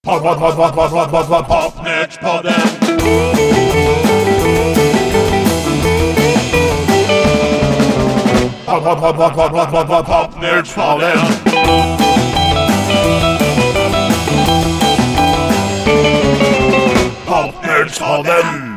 Popnördspodden. Popnördspodden. Popnördspodden.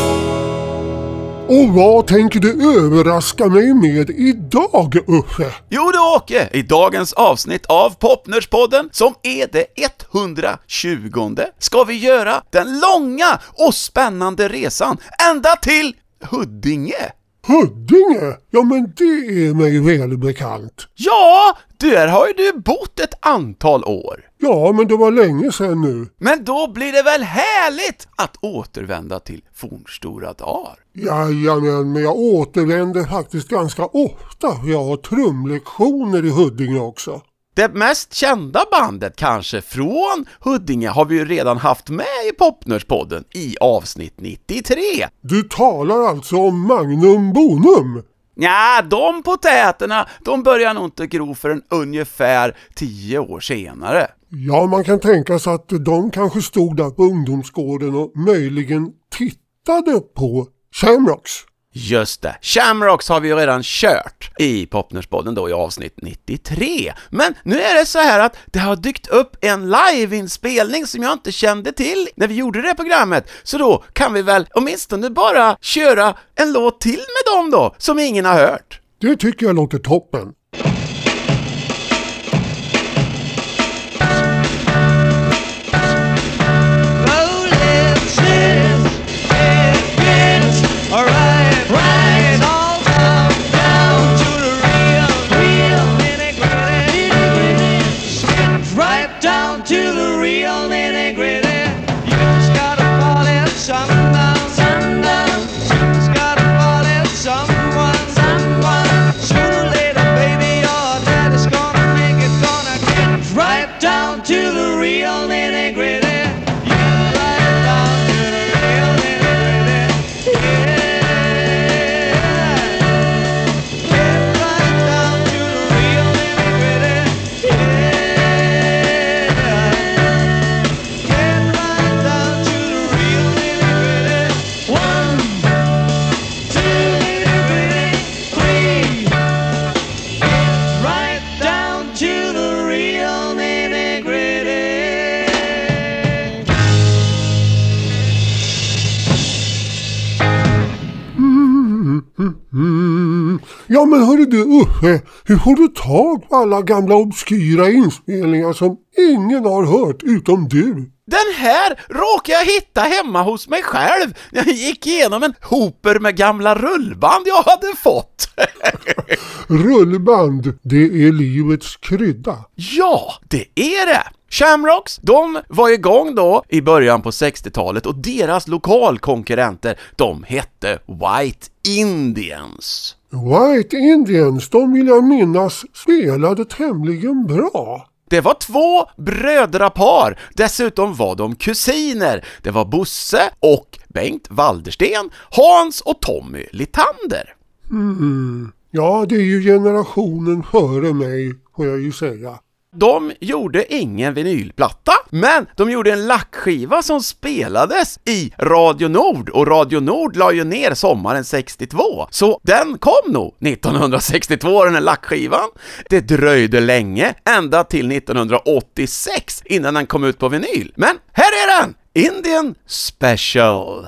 Och vad tänker du överraska mig med idag, Uffe? Jo du Åke, i dagens avsnitt av Popnördspodden, som är det 120, ska vi göra den långa och spännande resan ända till Huddinge. Huddinge? Ja, men det är mig välbekant. Ja, där har ju du bott ett antal år. Ja, men det var länge sedan nu. Men då blir det väl härligt att återvända till fornstora dagar. Jajamän, men jag återvänder faktiskt ganska ofta. Jag har trumlektioner i Huddinge också. Det mest kända bandet kanske från Huddinge har vi ju redan haft med i Popnördspodden i avsnitt 93. Du talar alltså om Magnum Bonum? Ja, de potäterna, de börjar nog inte gro förrän ungefär 10 år senare. Ja, man kan tänka sig att de kanske stod där på ungdomsgården och möjligen tittade på Shamrocks. Just det, Shamrocks har vi ju redan kört i Popnördspodden då i avsnitt 93. Men nu är det så här att det har dykt upp en liveinspelning som jag inte kände till när vi gjorde det programmet. Så då kan vi väl åtminstone bara köra en låt till med dem då, som ingen har hört. Det tycker jag låter toppen. Ja, men hörru du Uffe, hur får du tag på alla gamla obskyra inspelningar som ingen har hört utom du? Den här råkade jag hitta hemma hos mig själv. Jag gick igenom en hoper med gamla rullband jag hade fått. Rullband, det är livets krydda. Ja, det är det. Shamrocks, de var igång då i början på 60-talet och deras lokalkonkurrenter, de hette White Indians. White Indians, de vill jag minnas, spelade tämligen bra. Det var 2 brödrapar, dessutom var de kusiner. Det var Bosse och Bengt Waldersten, Hans och Tommy Litander. Ja, det är ju generationen före mig, får jag ju säga. De gjorde ingen vinylplatta, men de gjorde en lackskiva som spelades i Radio Nord, och Radio Nord la ju ner sommaren 62. Så den kom nog 1962, den här lackskivan. Det dröjde länge, ända till 1986 innan den kom ut på vinyl. Men här är den! Indian Special.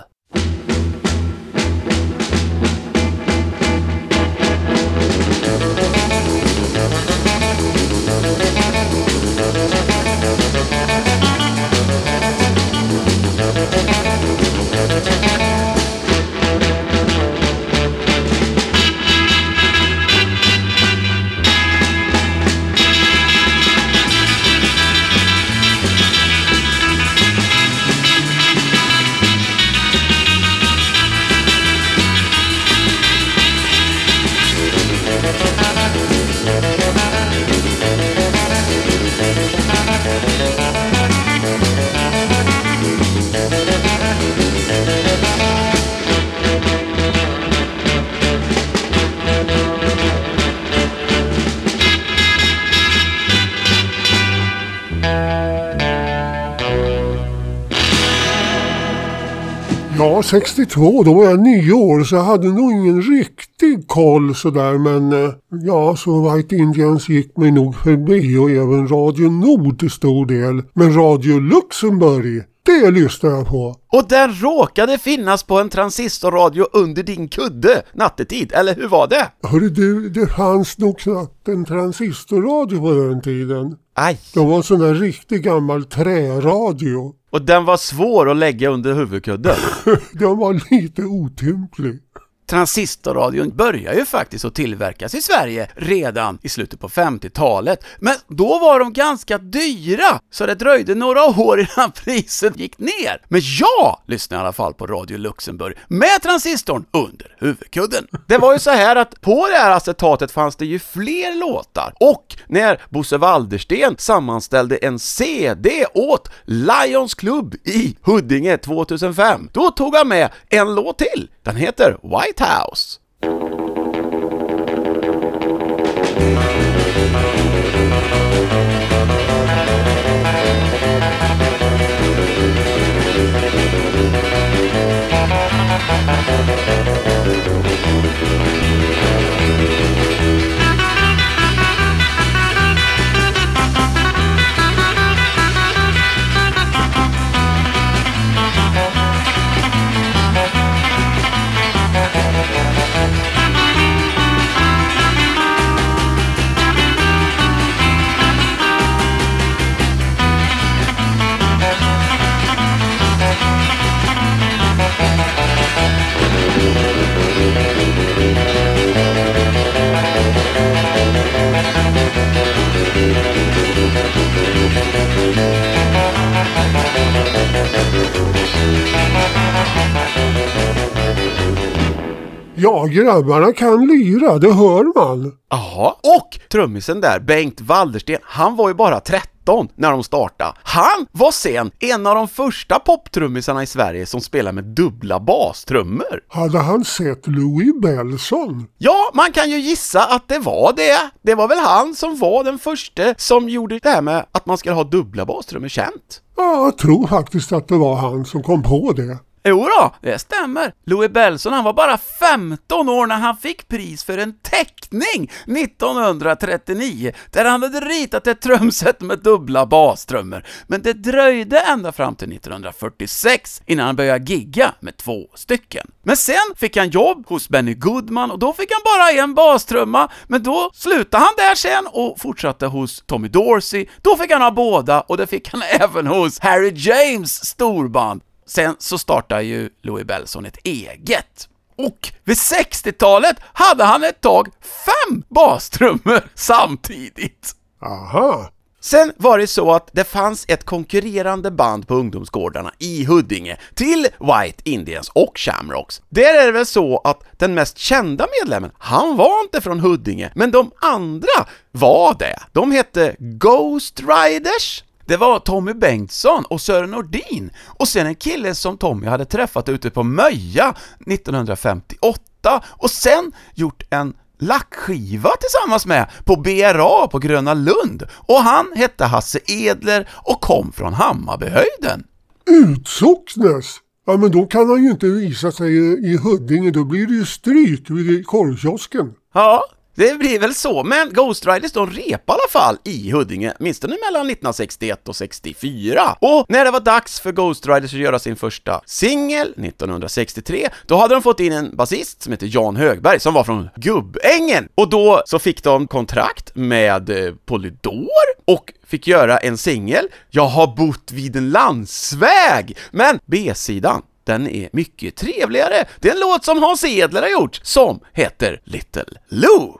Ja, 62, då var jag 9 år så jag hade nog ingen riktig koll sådär, men ja, så White Indians gick mig nog förbi och även Radio Nord till stor del. Men Radio Luxemburg, det lyssnar jag på. Och den råkade finnas på en transistorradio under din kudde nattetid, eller hur var det? Hörru du, det fanns nog knappt en transistorradio på den tiden. Aj. Det var en sån där riktig gammal träradio. Och den var svår att lägga under huvudkudden. Den var lite otymplig. Transistorradion börjar ju faktiskt att tillverkas i Sverige redan i slutet på 50-talet. Men då var de ganska dyra, så det dröjde några år innan priset gick ner. Men jag lyssnade i alla fall på Radio Luxemburg med transistorn under huvudkudden. Det var ju så här att på det här acetatet fanns det ju fler låtar. Och när Bosse Waldersten sammanställde en CD åt Lions Club i Huddinge 2005, då tog han med en låt till. Den heter White House. Ja, grabbarna kan lyra, det hör man. Ja, och trummisen där, Bengt Waldersten, han var ju bara 13 när de startade. Han var sen en av de första poptrummisarna i Sverige som spelade med dubbla bastrummor. Hade han sett Louis Bellson? Ja, man kan ju gissa att det var det. Det var väl han som var den första som gjorde det här med att man ska ha dubbla bastrummor känt. Ja, jag tror faktiskt att det var han som kom på det. Jo då, det stämmer. Louis Bellson, han var bara 15 år när han fick pris för en teckning 1939 där han hade ritat ett trumset med dubbla bastrummor. Men det dröjde ända fram till 1946 innan han började gigga med 2 stycken. Men sen fick han jobb hos Benny Goodman och då fick han bara en bastrumma, men då slutade han där sen och fortsatte hos Tommy Dorsey. Då fick han ha båda och det fick han även hos Harry James storband. Sen så startade ju Louis Bellson ett eget. Och vid 60-talet hade han ett tag 5 bastrummor samtidigt. Aha. Sen var det så att det fanns ett konkurrerande band på ungdomsgårdarna i Huddinge till White Indians och Shamrocks. Där är det väl så att den mest kända medlemmen, han var inte från Huddinge, men de andra var det. De hette Ghost Riders. Det var Tommy Bengtsson och Sören Nordin och sen en kille som Tommy hade träffat ute på Möja 1958 och sen gjort en lackskiva tillsammans med på BRA på Gröna Lund. Och han hette Hasse Edler och kom från Hammarbyhöjden. Utsocknes? Ja, men då kan han ju inte visa sig i Huddinge, då blir det ju stryk vid korvkiosken. Ja, det blir väl så, men Ghost Riders de repade i alla fall i Huddinge, minst nu mellan 1961 och 64. Och när det var dags för Ghost Riders att göra sin första singel 1963, då hade de fått in en basist som heter Jan Högberg som var från Gubbängen. Och då så fick de kontrakt med Polydor och fick göra en singel, Jag har bott vid en landsväg. Men B-sidan, den är mycket trevligare. Det är en låt som Hans Edler har gjort som heter Little Lou.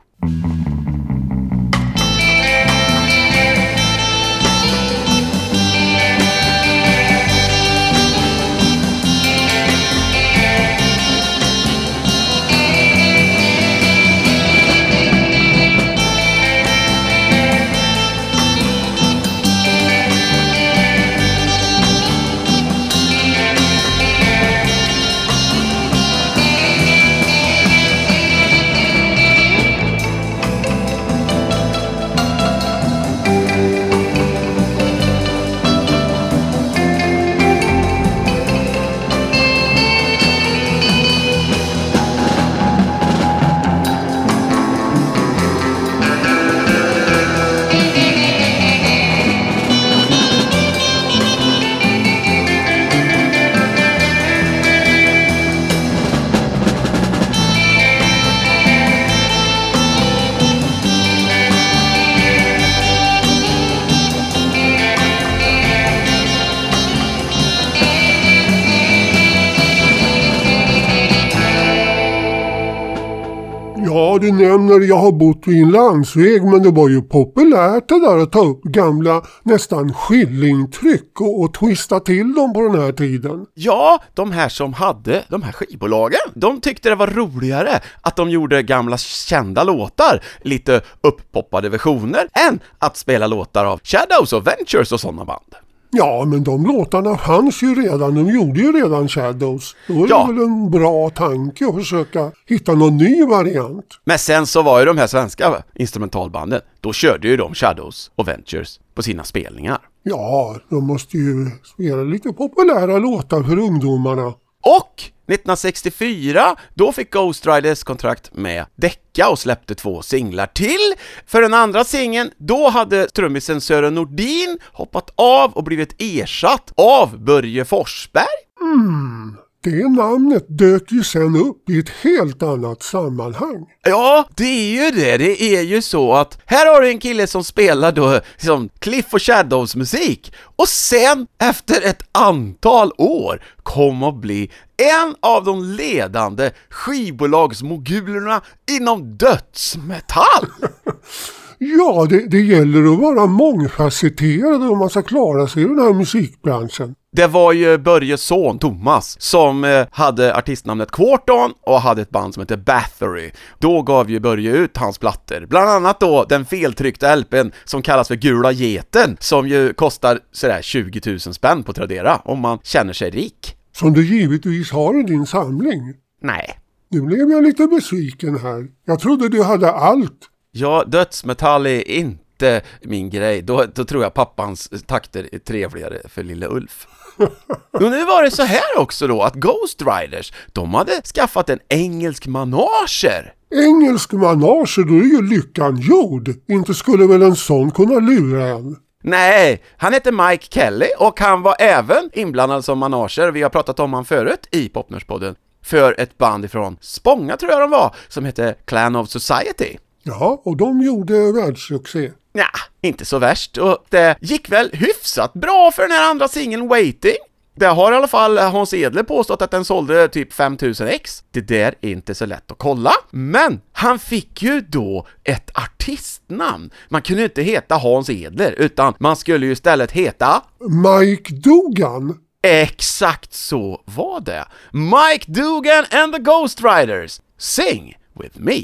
du nämner jag har bott vid en landsväg, men det var ju populärt det där att ta upp gamla nästan skillingtryck och twista till dem på den här tiden. Ja, de här som hade de här skivbolagen, de tyckte det var roligare att de gjorde gamla kända låtar, lite upppoppade versioner, än att spela låtar av Shadows och Ventures och sådana band. Ja, men de låtarna fanns ju redan. De gjorde ju redan Shadows. Då är Ja. det väl en bra tanke att försöka hitta någon ny variant. Men sen så var ju de här svenska instrumentalbanden, då körde ju de Shadows och Ventures på sina spelningar. Ja, de måste ju spela lite populära låtar för ungdomarna. Och 1964, då fick Ghost Riders kontrakt med Decca och släppte 2 singlar till. För den andra singeln, då hade trummisen Sören Nordin hoppat av och blivit ersatt av Börje Forsberg. Det namnet dök ju sen upp i ett helt annat sammanhang. Ja, det är ju det. Det är ju så att här har du en kille som spelar då som Cliff och Shadows musik och sen efter ett antal år kom att bli en av de ledande skivbolagsmogulerna inom dödsmetall. Ja, det gäller att vara mångfacetterad om man ska klara sig i den här musikbranschen. Det var ju Börjes son Thomas som hade artistnamnet Quarton och hade ett band som heter Bathory. Då gav ju Börje ut hans plattor. Bland annat då den feltryckta LP:n som kallas för Gula Geten, som ju kostar sådär 20 000 spänn på Tradera om man känner sig rik. Som du givetvis har i din samling. Nej. Nu blev jag lite besviken här. Jag trodde du hade allt. Ja, dödsmetall är inte min grej. Då tror jag pappans takter är trevligare för lille Ulf. Och nu var det så här också då att Ghost Riders, de hade skaffat en engelsk manager. Engelsk manager, då är ju lyckan gjord. Inte skulle väl en sån kunna lura en? Nej, han heter Mike Kelly och han var även inblandad som manager. Vi har pratat om han förut i Popnörspodden. För ett band ifrån Spånga tror jag de var, som heter Clan of Society. Ja, och de gjorde världssuccé. Ja, inte så värst. Och det gick väl hyfsat bra för den här andra singeln Waiting. Det har i alla fall Hans Edler påstått att den sålde typ 5000 ex. Det där är inte så lätt att kolla. Men han fick ju då ett artistnamn. Man kunde inte heta Hans Edler utan man skulle ju istället heta Mike Dugan. Exakt så var det. Mike Dugan and the Ghost Riders. Sing with me.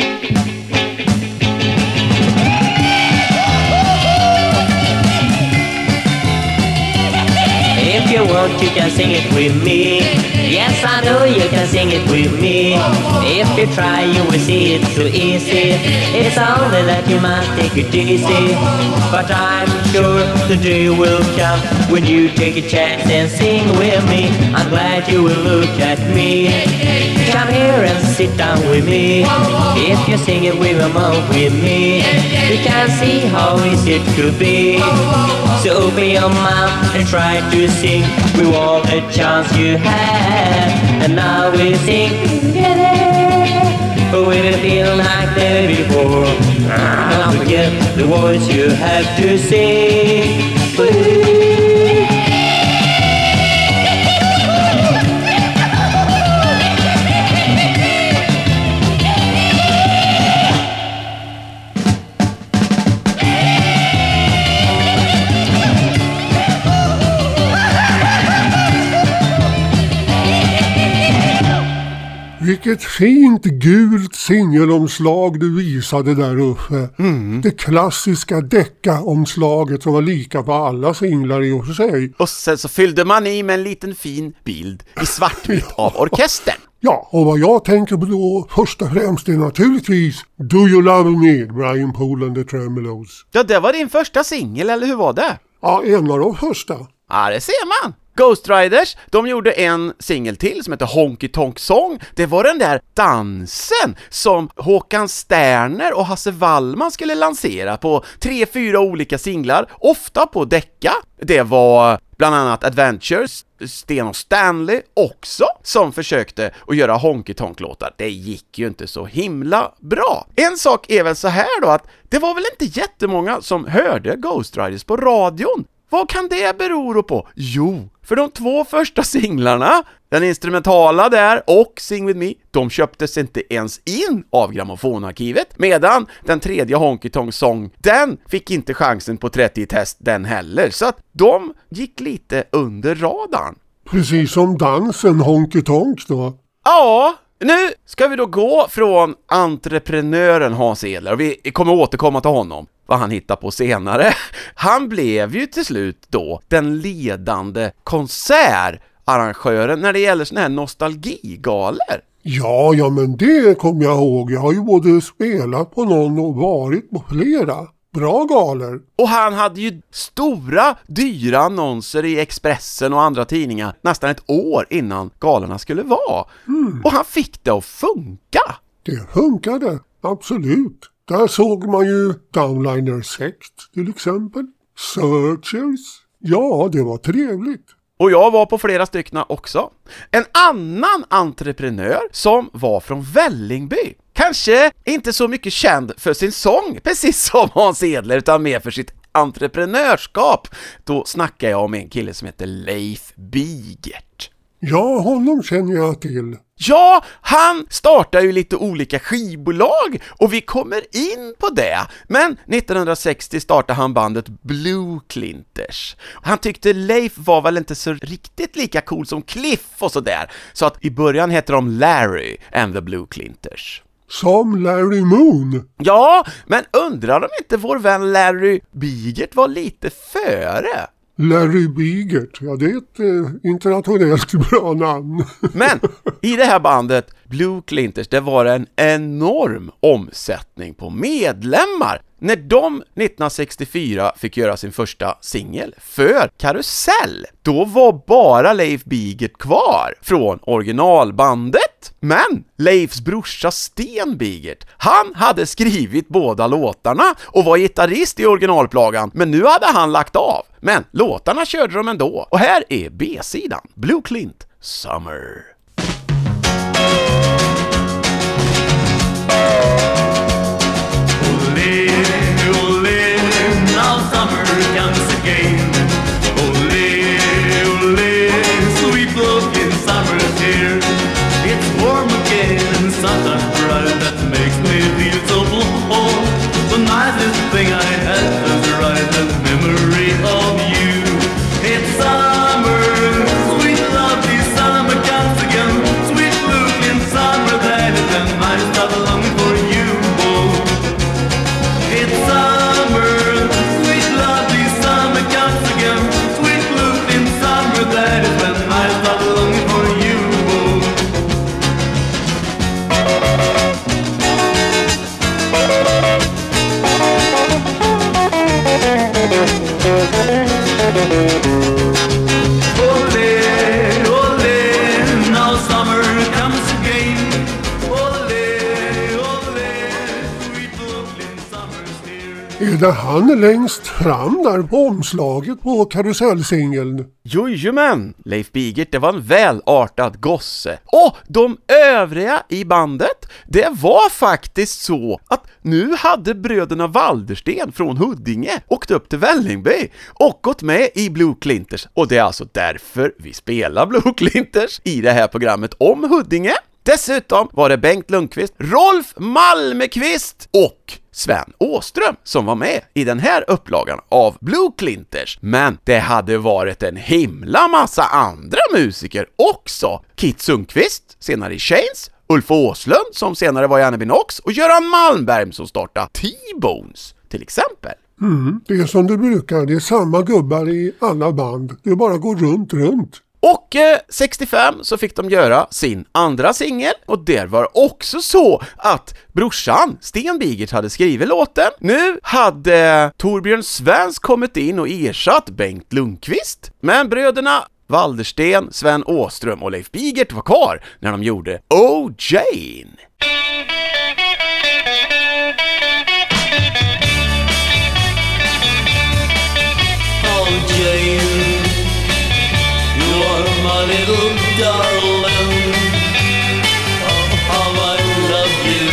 If you want, you can sing it with me. Yes, I know you can sing it with me. If you try, you will see it's so easy. It's only that you must take it easy. But I'm sure the day will come when you take a chance and sing with me. I'm glad you will look at me. Come here and sit down with me. If you sing it with a mouth with me, you can see how easy it could be. So open your mouth and try to sing with all the chance you had. And now we sing together, but we will feel like never before. Don't forget the words you have to sing. Vilket fint gult singelomslag du visade där uppe. Det klassiska Decca-omslaget som var lika på alla singlar i och för sig. Och sen så fyllde man i med en liten fin bild i svartvitt av orkestern. Ja, och vad jag tänker på då först och främst är naturligtvis Do You Love Me, Brian Poole and the Tremolos. Ja, det var din första singel, eller hur var det? Ja, en av de första. Ja, det ser man. Ghost Riders, de gjorde en singel till som heter Honky Tonk Song. Det var den där dansen som Håkan Sterner och Hasse Wallman skulle lansera på 3-4 olika singlar, ofta på Decca. Det var bland annat Adventures, Sten och Stanley också som försökte att göra Honky Tonk-låtar. Det gick ju inte så himla bra. En sak är väl så här då att det var väl inte jättemånga som hörde Ghost Riders på radion. vad kan det bero på? Jo, för de 2 första singlarna, den instrumentala där och Sing With Me, de köptes inte ens in av grammofonarkivet, medan den 3:e Honky Tonk Song, den fick inte chansen på 30 test den heller, så att de gick lite under radarn. Precis som dansen Honky Tonk då. Ja, nu ska vi då gå från entreprenören Hans Edler, och vi kommer återkomma till honom, vad han hittar på senare. Han blev ju till slut då den ledande konsertarrangören när det gäller såna här nostalgigaler. Ja, men det kommer jag ihåg. Jag har ju både spelat på någon och varit på flera. Bra galer. Och han hade ju stora, dyra annonser i Expressen och andra tidningar nästan ett år innan galerna skulle vara. Och han fick det att funka. Det funkade, absolut. Där såg man ju Downliner Sect till exempel. Searchers. Ja, det var trevligt. Och jag var på flera stycken också. En annan entreprenör som var från Vällingby. Kanske inte så mycket känd för sin sång, precis som Hans Edler, utan mer för sitt entreprenörskap. Då snackar jag om en kille som heter Leif Bigert. Ja, honom känner jag till. Ja, han startar ju lite olika skivbolag och vi kommer in på det. Men 1960 startade han bandet Blue Clinters. Han tyckte Leif var väl inte så riktigt lika cool som Cliff och sådär. Så att i början heter de Larry and the Blue Clinters. Som Larry Moon. Ja, men undrar om inte vår vän Larry Bigert var lite före? Larry Bigert, ja det är ett internationellt bra namn. Men i det här bandet Blue Clinters, det var en enorm omsättning på medlemmar. När de 1964 fick göra sin första singel för Karusell, då var bara Leif Bigert kvar från originalbandet. Men Leifs brorsa Sten Bigert, han hade skrivit båda låtarna och var gitarrist i originalplagan, men nu hade han lagt av. Men låtarna körde de ändå. Och här är B-sidan, Blue Clint, Summer. Är det han längst fram där på omslaget på karusellsingeln? Jojomän, Leif Bigert, det var en välartad gosse. Och de övriga i bandet, det var faktiskt så att nu hade bröderna Waldersten från Huddinge åkt upp till Vällingby och gått med i Blue Clinters. Och det är alltså därför vi spelar Blue Clinters i det här programmet om Huddinge. Dessutom var det Bengt Lundqvist, Rolf Malmqvist och Sven Åström som var med i den här upplagan av Blue Clinters. Men det hade varit en himla massa andra musiker också. Kit Sundqvist, senare i Chains, Ulf Åslund som senare var i Anne Binox och Göran Malmberg som startade T-Bones till exempel. Det är som det brukar, det är samma gubbar i alla band. Det bara går runt. Och 65 så fick de göra sin andra singel och där var också så att brorsan Sten Bigert hade skrivit låten. Nu hade Torbjörn Svens kommit in och ersatt Bengt Lundqvist, men bröderna Waldersten, Sven Åström och Leif Bigert var kvar när de gjorde Oh Jane. Oh Jane, my little darling, oh how I love you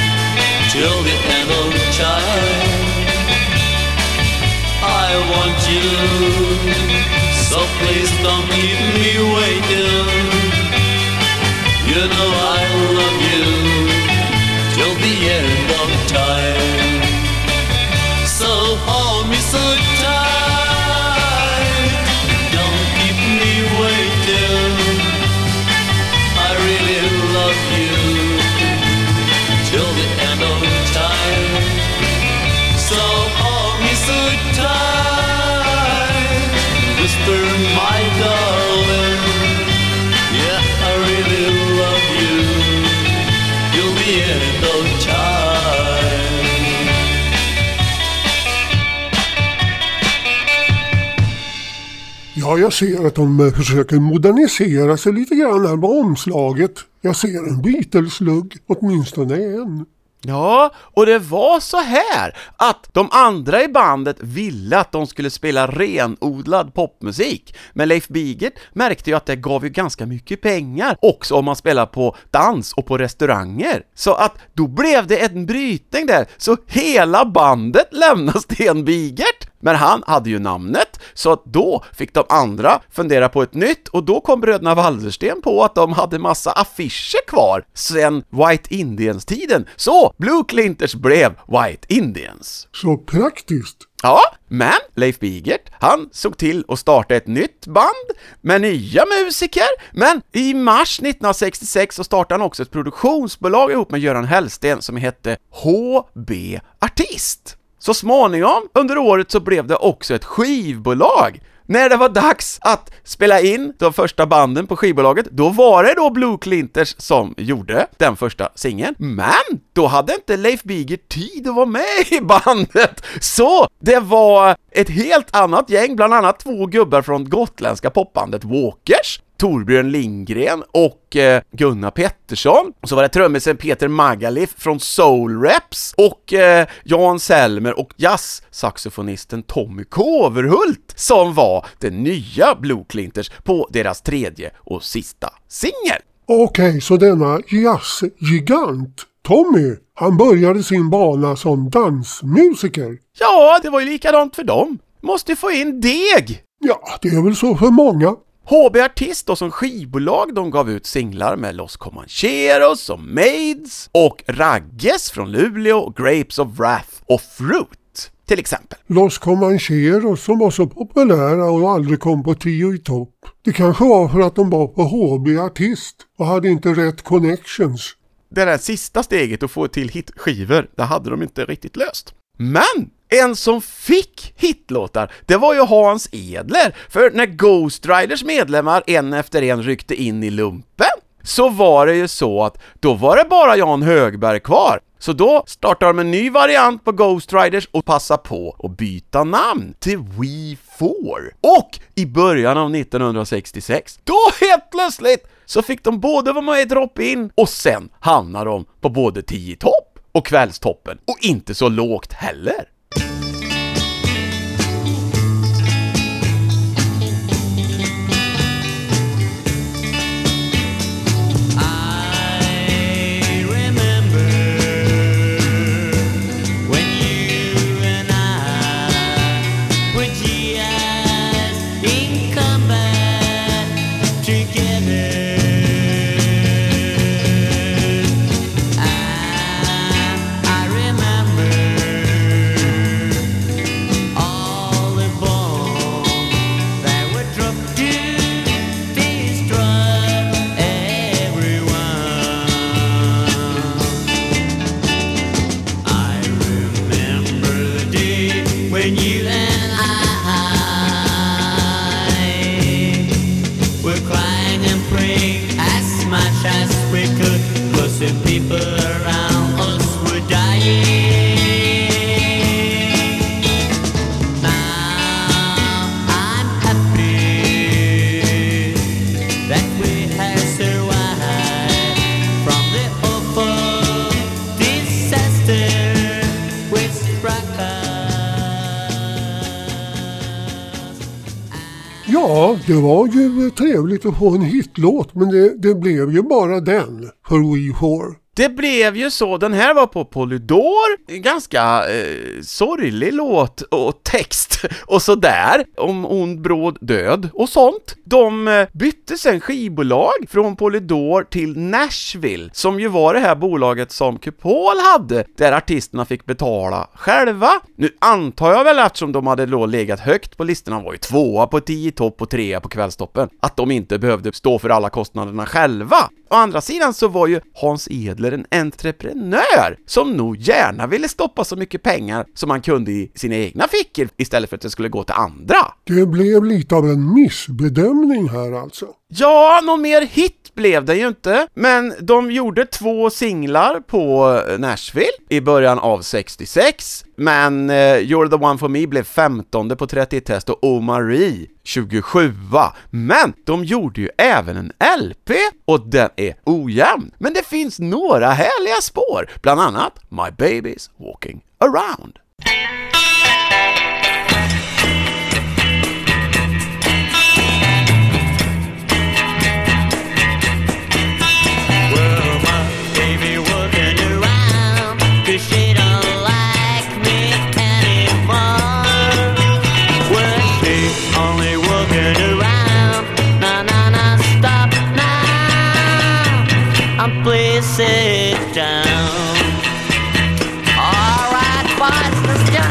till the end of time. I want you you. So please don't keep me waiting. You know I love you till the end of time. So hold me so tight. Don't keep me waiting. I really love you till the end of time. So hold me so tight. Whisper, my darling. Yeah, I really love you till the end of time. Ja, jag ser att de försöker modernisera sig lite grann här med omslaget. Jag ser en Beatles-lugg, åtminstone en. Ja, och det var så här att de andra i bandet ville att de skulle spela renodlad popmusik. Men Leif Bigert märkte ju att det gav ju ganska mycket pengar också om man spelar på dans och på restauranger. Så att då blev det en brytning där, så hela bandet lämnade Sten Bigert. Men han hade ju namnet, så att då fick de andra fundera på ett nytt, och då kom bröderna Waldersten på att de hade massa affischer kvar sen White Indians-tiden. Så Blue Clinters blev White Indians. Så praktiskt. Ja, men Leif Bigert, han såg till att starta ett nytt band med nya musiker. Men i mars 1966 så startade han också ett produktionsbolag ihop med Göran Hellsten som hette HB Artist. Så småningom under året så blev det också ett skivbolag. När det var dags att spela in de första banden på skivbolaget, då var det då Blue Clinters som gjorde den första singeln. Men då hade inte Leif Bigert tid att vara med i bandet. Så det var ett helt annat gäng, bland annat 2 gubbar från gotländska popbandet Walkers, Torbjörn Lindgren och Gunnar Pettersson. Och så var det trummisen Peter Magalif från Soul Reps och Jan Selmer och jazzsaxofonisten Tommy Koverhult som var den nya Blue Clinters på deras 3:e och sista singel. Okej, så denna jazzgigant Tommy, han började sin bana som dansmusiker. Ja, det var ju likadant för dem. Måste få in deg. Ja, det är väl så för många. HB Artist då, som skivbolag, de gav ut singlar med Los Comancheros och Maids och Ragges från Luleå och Grapes of Wrath och Fruit till exempel. Los Comancheros som var så populära och aldrig kom på 10 i topp. Det kanske var för att de var på HB Artist och hade inte rätt connections. Det där sista steget att få till hitskivor, det hade de inte riktigt löst. Men en som fick hitlåtar, det var ju Hans Edler. För när Ghost Riders medlemmar en efter en ryckte in i lumpen, så var det ju så att då var det bara Jan Högberg kvar. Så då startade de en ny variant på Ghost Riders och passade på att byta namn till We4. Och i början av 1966, då helt plötsligt så fick de både vara med i Drop-In och sen hamnade de på både 10 topp och kvällstoppen. Och inte så lågt heller. Ja, det var ju trevligt att få en hitlåt, men det blev ju bara den för We4. det blev ju så. Den här var på Polydor. Ganska sorglig låt och text och sådär. Om ond bråd död och sånt. De bytte sen skivbolag från Polydor till Nashville, som ju var det här bolaget som Kupol hade, där artisterna fick betala själva. Nu antar jag väl, eftersom de hade då legat högt på listorna, var ju 2 på 10 topp och 3 på kvällstoppen, att de inte behövde stå för alla kostnaderna själva. Å andra sidan så var ju Hans Edler en entreprenör som nog gärna ville stoppa så mycket pengar som han kunde i sina egna fickor istället för att det skulle gå till andra. Det blev lite av en missbedömning här alltså. Ja, någon mer hit blev det ju inte, men de gjorde 2 singlar på Nashville i början av 66, men You're the One For Me blev 15 på 30-test och Oh Marie 27. Men de gjorde ju även en LP och den är ojämn, men det finns några härliga spår, bland annat My Baby's Walking Around. Sit down. All right, boys, let's go.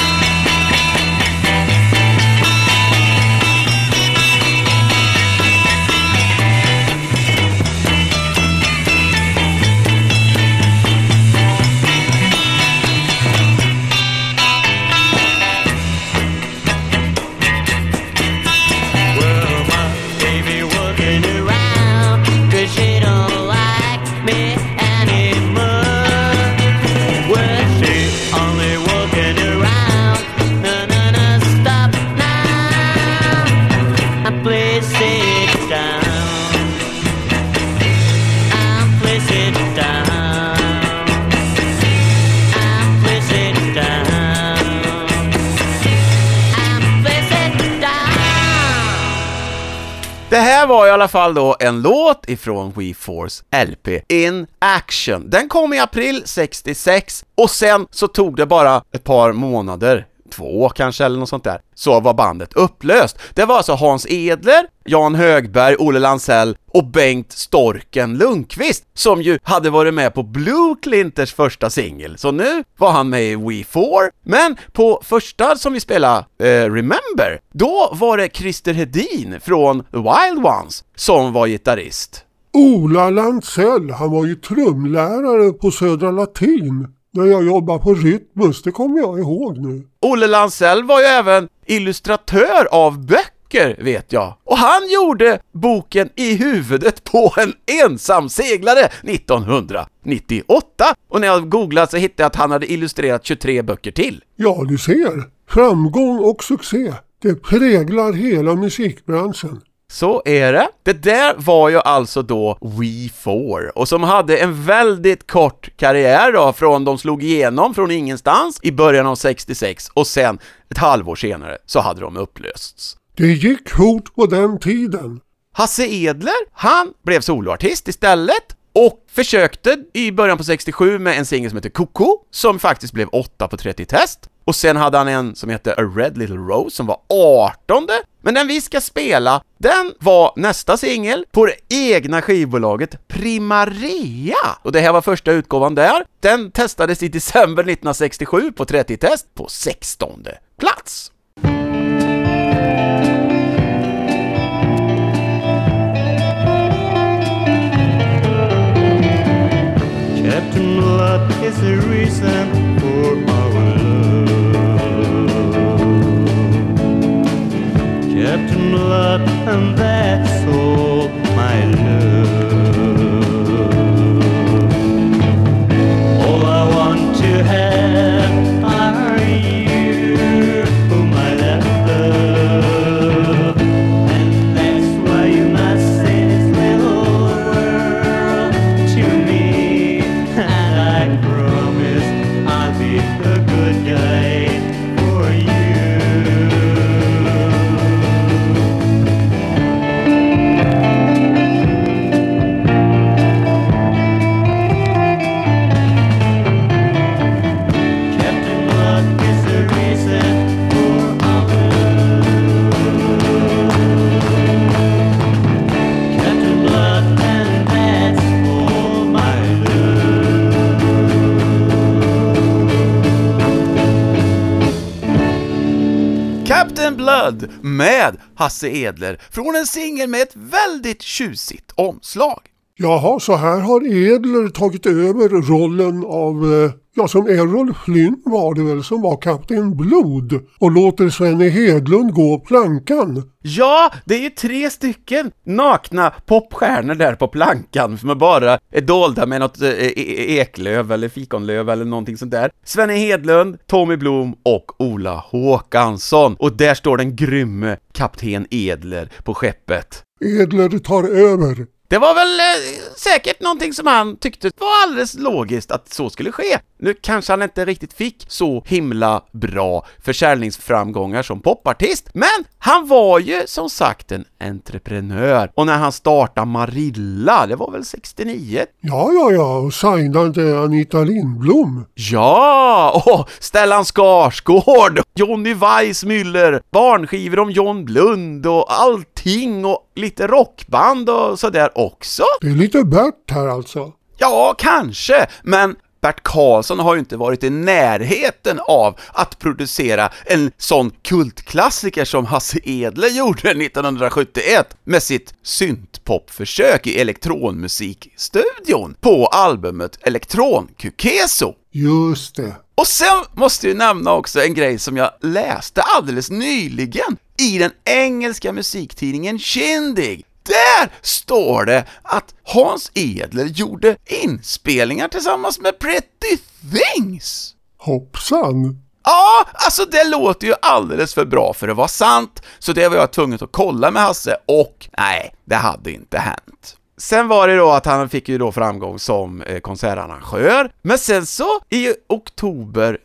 Det här var i alla fall då en låt ifrån WeForce LP In Action. Den kom i april 66 och sen så tog det bara ett par månader, 2 kanske eller något sånt där, så var bandet upplöst. Det var alltså Hans Edler, Jan Högberg, Olle Lansell och Bengt Storken Lundqvist som ju hade varit med på Blue Clinters första singel. Så nu var han med i We4. Men på första som vi spelade, Remember, då var det Christer Hedin från The Wild Ones som var gitarrist. Ola Lansell, han var ju trumlärare på Södra Latin när jag jobbade på Rytmus, det kommer jag ihåg nu. Olle Lansell var ju även illustratör av böcker, vet jag. Och han gjorde boken I huvudet på en ensam seglare 1998. Och när jag googlade så hittade jag att han hade illustrerat 23 böcker till. Ja, du ser. Framgång och succé. Det präglar hela musikbranschen. Så är det. Det där var ju alltså då We4 och som hade en väldigt kort karriär då, från de slog igenom från ingenstans i början av 66 och sen ett halvår senare så hade de upplösts. Det gick fort på den tiden. Hasse Edler, han blev soloartist istället och försökte i början på 67 med en singel som heter Koko som faktiskt blev 8 på 30-test. Och sen hade han en som heter A Red Little Rose som var 18. Men den vi ska spela, den var nästa singel på det egna skivbolaget Primarea. Och det här var första utgåvan där. Den testades i december 1967 på 30-test på 16:e plats. Captain Blood is the reason for our love. Captain Blood, and that's all my love. All I want to have are you, whom I love. And that's why you must say this little world to me. And I promise I'll be a good guy for you. World med Hasse Edler från en singel med ett väldigt tjusigt omslag. Jaha, så här har Edler tagit över rollen av, som Errol Flynn var det väl, som var Kapten Blod, och låter Svenne Hedlund gå plankan. Ja, det är ju 3 stycken nakna popstjärnor där på plankan som bara är dolda med något eklöv eller fikonlöv eller någonting sånt där. Svenne Hedlund, Tommy Blom och Ola Håkansson. Och där står den grymme Kapten Edler på skeppet. Edler tar över. Det var väl säkert någonting som han tyckte var alldeles logiskt att så skulle ske. Nu kanske han inte riktigt fick så himla bra försäljningsframgångar som popartist, men han var ju som sagt en entreprenör. Och när han startade Marilla, det var väl 69? Ja, och signade Anita Lindblom. Ja, och Stellan Skarsgård, Johnny Weissmuller, barnskivor om John Blund och allting och lite rockband och sådär också. Det är lite Bert här alltså. Ja, kanske, men Bert Karlsson har ju inte varit i närheten av att producera en sån kultklassiker som Hasse Edler gjorde 1971 med sitt syntpopförsök i elektronmusikstudion på albumet Elektron Kukeso. Just det. Och sen måste jag nämna också en grej som jag läste alldeles nyligen i den engelska musiktidningen Shindig. Där står det att Hans Edler gjorde inspelningar tillsammans med Pretty Things. Hoppsan. Ja, alltså det låter ju alldeles för bra för att vara sant. Så det var jag tvungen att kolla med Hasse och nej, det hade inte hänt. Sen var det då att han fick ju då framgång som konsertarrangör. Men sen så i oktober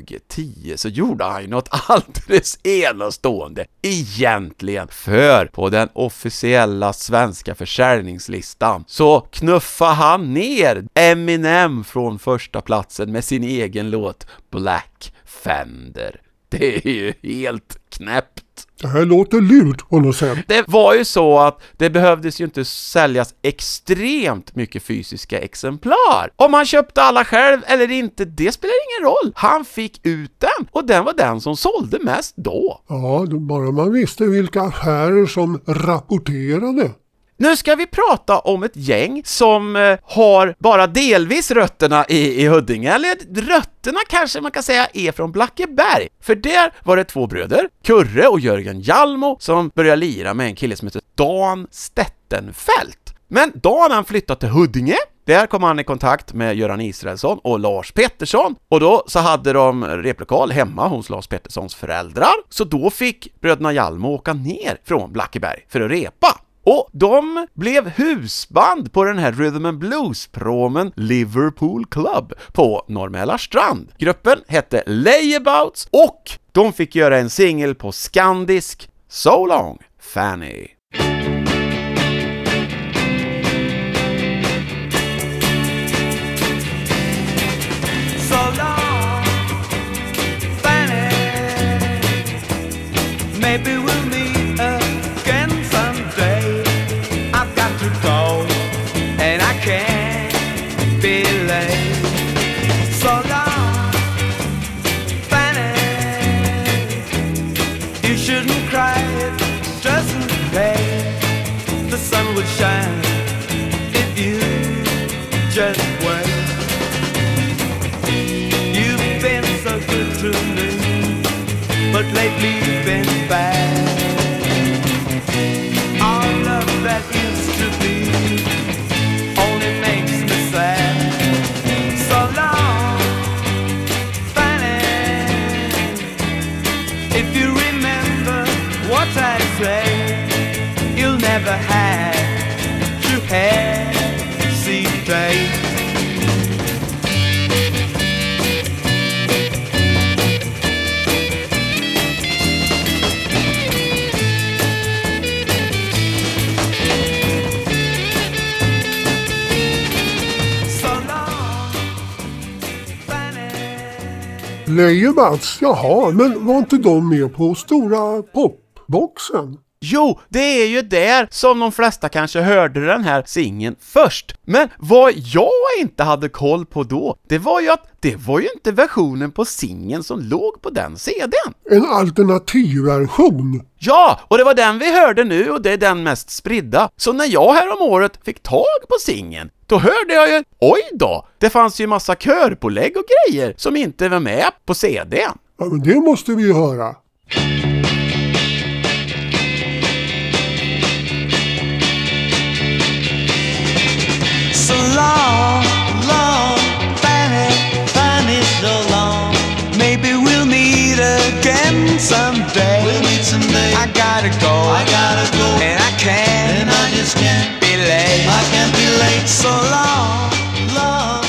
2010 så gjorde han ju något alldeles enastående egentligen. För på den officiella svenska försäljningslistan så knuffade han ner Eminem från första platsen med sin egen låt Black Fender. Det är ju helt knäppt. Det här låter lurt på något sätt. Det var ju så att det behövdes ju inte säljas extremt mycket fysiska exemplar. Om man köpte alla själv eller inte, det spelar ingen roll. Han fick ut den och den var den som sålde mest då. Ja, bara man visste vilka affärer som rapporterade. Nu ska vi prata om ett gäng som har bara delvis rötterna i Huddinge. Eller rötterna kanske man kan säga är från Blackeberg. För där var det 2 bröder, Kurre och Jörgen Hjalmo, som började lira med en kille som heter Dan Stettenfelt. Men Dan han flyttade till Huddinge. Där kom han i kontakt med Göran Israelsson och Lars Pettersson. Och då så hade de replokal hemma hos Lars Petterssons föräldrar. Så då fick bröderna Hjalmo åka ner från Blackeberg för att repa. Och de blev husband på den här Rhythm and Blues-promen Liverpool Club på Norrmälarstrand. Gruppen hette Layabouts och de fick göra en singel på skandisk So Long Fanny. So long, Fanny. Maybe we'll meet again someday. I've got to go, and I can't be late. So long, Fanny. You shouldn't cry, it doesn't pay. The sun would shine if you just wait. You've been so good to me, but lately you've been bad. Our love that used to be only makes me sad. So long, Fanny. If you remember what I say, you'll never have to hesitate. Layabouts, jaha, men var inte de med på stora popboxen? Jo, det är ju där som de flesta kanske hörde den här singeln först. Men vad jag inte hade koll på då, det var ju att det var ju inte versionen på singeln som låg på den CD:n. En alternativversion. Ja, och det var den vi hörde nu och det är den mest spridda. Så när jag här om året fick tag på singeln, då hörde jag ju, oj då, det fanns ju massa körpålägg och grejer som inte var med på CD:n. Ja, men det måste vi ju höra. So long, long, Fanny, so long. Maybe we'll meet again someday. I gotta go, and I just can't be late. I can't be late. So long, long,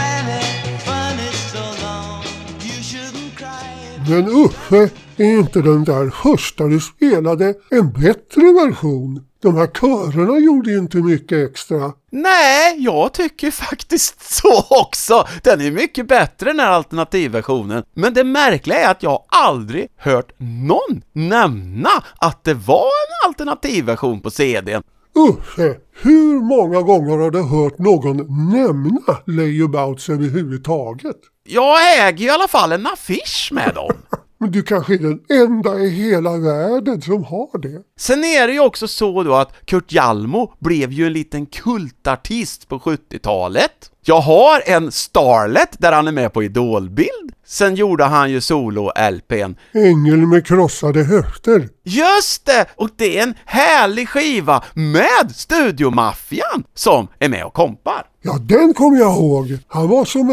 Fanny, so long. You shouldn't cry. Men Uffe, är inte den där första du spelade en bättre version? De här körerna gjorde ju inte mycket extra. Nej, jag tycker faktiskt så också. Den är mycket bättre den här alternativversionen. Men det märkliga är att jag aldrig hört någon nämna att det var en alternativversion på CD:n. Uffe, hur många gånger har du hört någon nämna Layabouts överhuvudtaget? Jag äger ju i alla fall en affisch med dem. Men du kanske är den enda i hela världen som har det. Sen är det ju också så då att Kurt Hjalmo blev ju en liten kultartist på 70-talet. Jag har en Starlet där han är med på idolbild. Sen gjorde han ju solo-LPn Ängel med krossade höfter. Just det! Och det är en härlig skiva med Studiomaffian som är med och kompar. Ja, den kommer jag ihåg. Han var som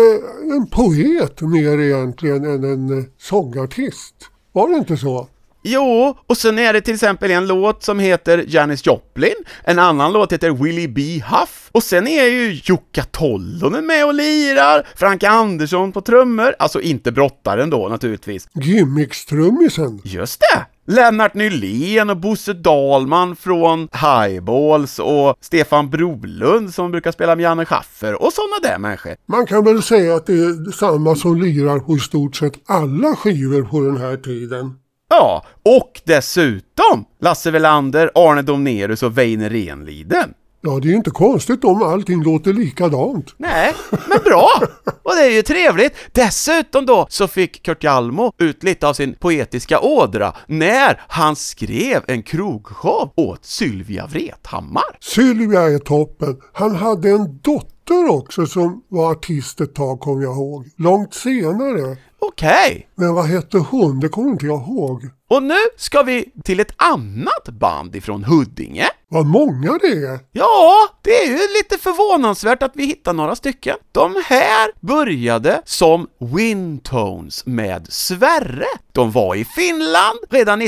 en poet mer egentligen än en sångartist. Var det inte så? Jo, och sen är det till exempel en låt som heter Janis Joplin. En annan låt heter Willie B. Huff. Och sen är ju Jukka Tollonen med och lirar. Frank Andersson på trummor. Alltså inte brottaren då naturligtvis. Gimmickstrummisen. Just det! Lennart Nylén och Bosse Dahlman från Highballs och Stefan Brolund som brukar spela med Janne Schaffer och sådana där människor. Man kan väl säga att det är samma som lirar på i stort sett alla skivor på den här tiden. Ja, och dessutom Lasse Welander, Arne Domnerus och Weine Renliden. Ja, det är inte konstigt om allting låter likadant. Nej, men bra! Och det är ju trevligt. Dessutom då så fick Kurt Hjalmo ut lite av sin poetiska ådra när han skrev en krogshow åt Sylvia Vrethammar. Sylvia är toppen. Han hade en dotter också som var artist ett tag, kommer jag ihåg. Långt senare. Okej. Men vad hette hon? Det kommer inte jag ihåg. Och nu ska vi till ett annat band ifrån Huddinge. Vad många det är. Ja, det är ju lite förvånansvärt att vi hittar några stycken. De här började som Wintones med Sverre. De var i Finland redan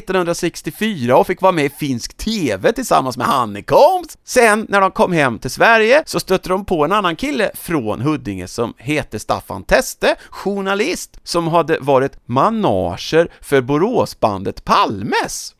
1964 och fick vara med i finsk tv tillsammans med Honeycombs. Sen när de kom hem till Sverige så stötte de på en annan kille från Huddinge som heter Staffan Teste, journalist som hade varit manager för Boråsbandet Palmes.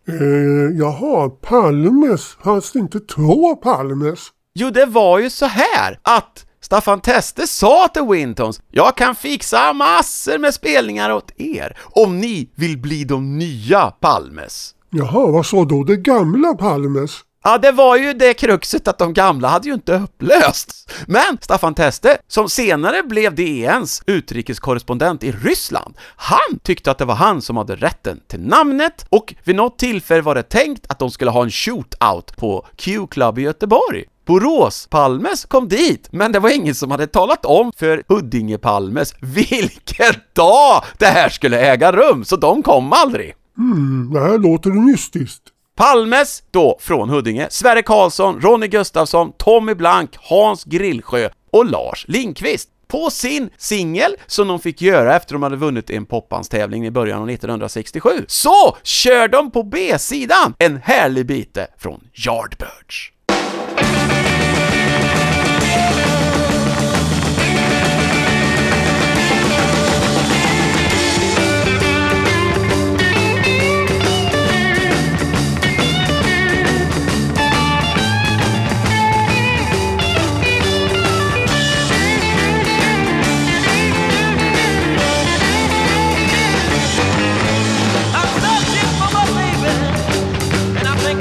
Jaha, Palmes. Fanns det inte två Palmes? Jo, det var ju så här att Staffan Teste sa till Wintones: jag kan fixa massor med spelningar åt er om ni vill bli de nya Palmes. Jaha, vad sa då det gamla Palmes? Ja, det var ju det kruxet att de gamla hade ju inte upplösts. Men Staffan Teste, som senare blev DNs utrikeskorrespondent i Ryssland, han tyckte att det var han som hade rätten till namnet och vid något tillfälle var det tänkt att de skulle ha en shootout på Q-Club i Göteborg. Borås Palmes kom dit, men det var ingen som hade talat om för Huddinge Palmes vilken dag det här skulle äga rum, så de kom aldrig. Det här låter mystiskt. Palmes då från Huddinge, Sverre Karlsson, Ronny Gustafsson, Tommy Blank, Hans Grillsjö och Lars Lindqvist. På sin singel som de fick göra efter de hade vunnit en popbandstävling i början av 1967 så kör de på B-sidan en härlig bite från Yardbirds. I'm searching for my baby, and I think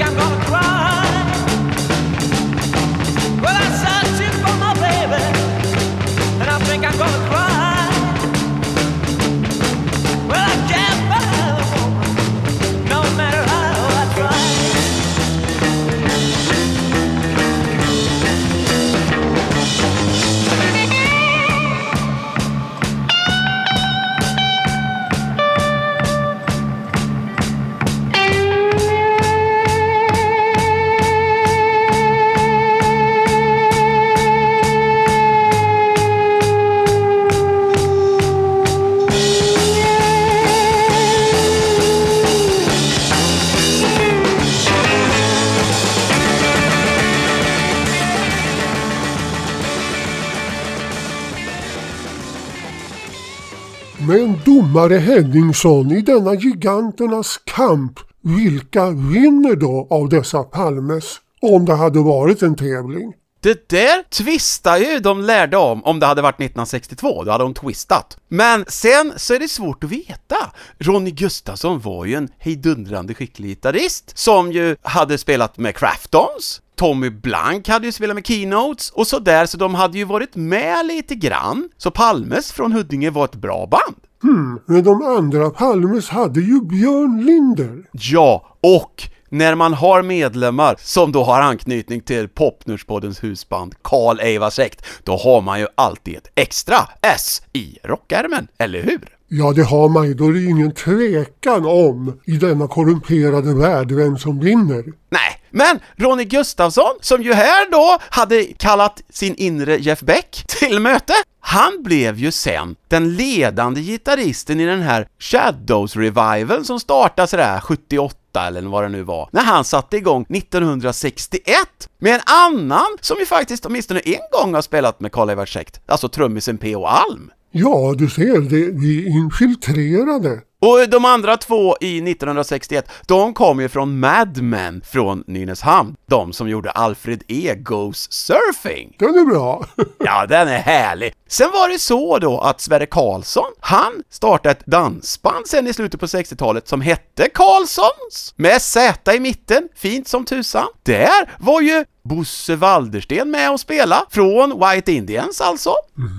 Men domare Henningsson, i denna giganternas kamp, vilka vinner då av dessa Palmes om det hade varit en tävling? Det där twistar ju de lärde om det hade varit 1962, då hade de twistat. Men sen så är det svårt att veta. Ronny Gustafsson var ju en hejdundrande skicklig gitarrist som ju hade spelat med Craftons. Tommy Blank hade ju spelat med Keynotes och så där, så de hade ju varit med lite grann. Så Palmes från Huddinge var ett bra band. Men de andra Palmes hade ju Björn Linder. Ja, och när man har medlemmar som då har anknytning till Popnörspoddens husband Karl Eivars Sekt, då har man ju alltid ett extra S i rockärmen, eller hur? Ja, det har man ju. Då är det ingen tvekan om i denna korrumperade värld vem som vinner. Nej, men Ronny Gustafsson, som ju här då hade kallat sin inre Jeff Beck till möte, han blev ju sen den ledande gitarristen i den här Shadows Revival som startade sådär 78 eller vad det nu var, när han satte igång 1961 med en annan som ju faktiskt åtminstone en gång har spelat med Karl Eivars Sekt, alltså trummisen P.O. Alm. Ja, du ser, vi är infiltrerade. Och de andra två i 1961, de kom ju från Mad Men från Nynäshamn. De som gjorde Alfred E. Goes Surfing. Den är bra. Ja, den är härlig. Sen var det så då att Sverre Karlsson, han startade ett dansband sen i slutet på 60-talet som hette Karlssons, med Z i mitten, fint som tusan. Där var ju Bosse Waldersten med och spela, från White Indians alltså.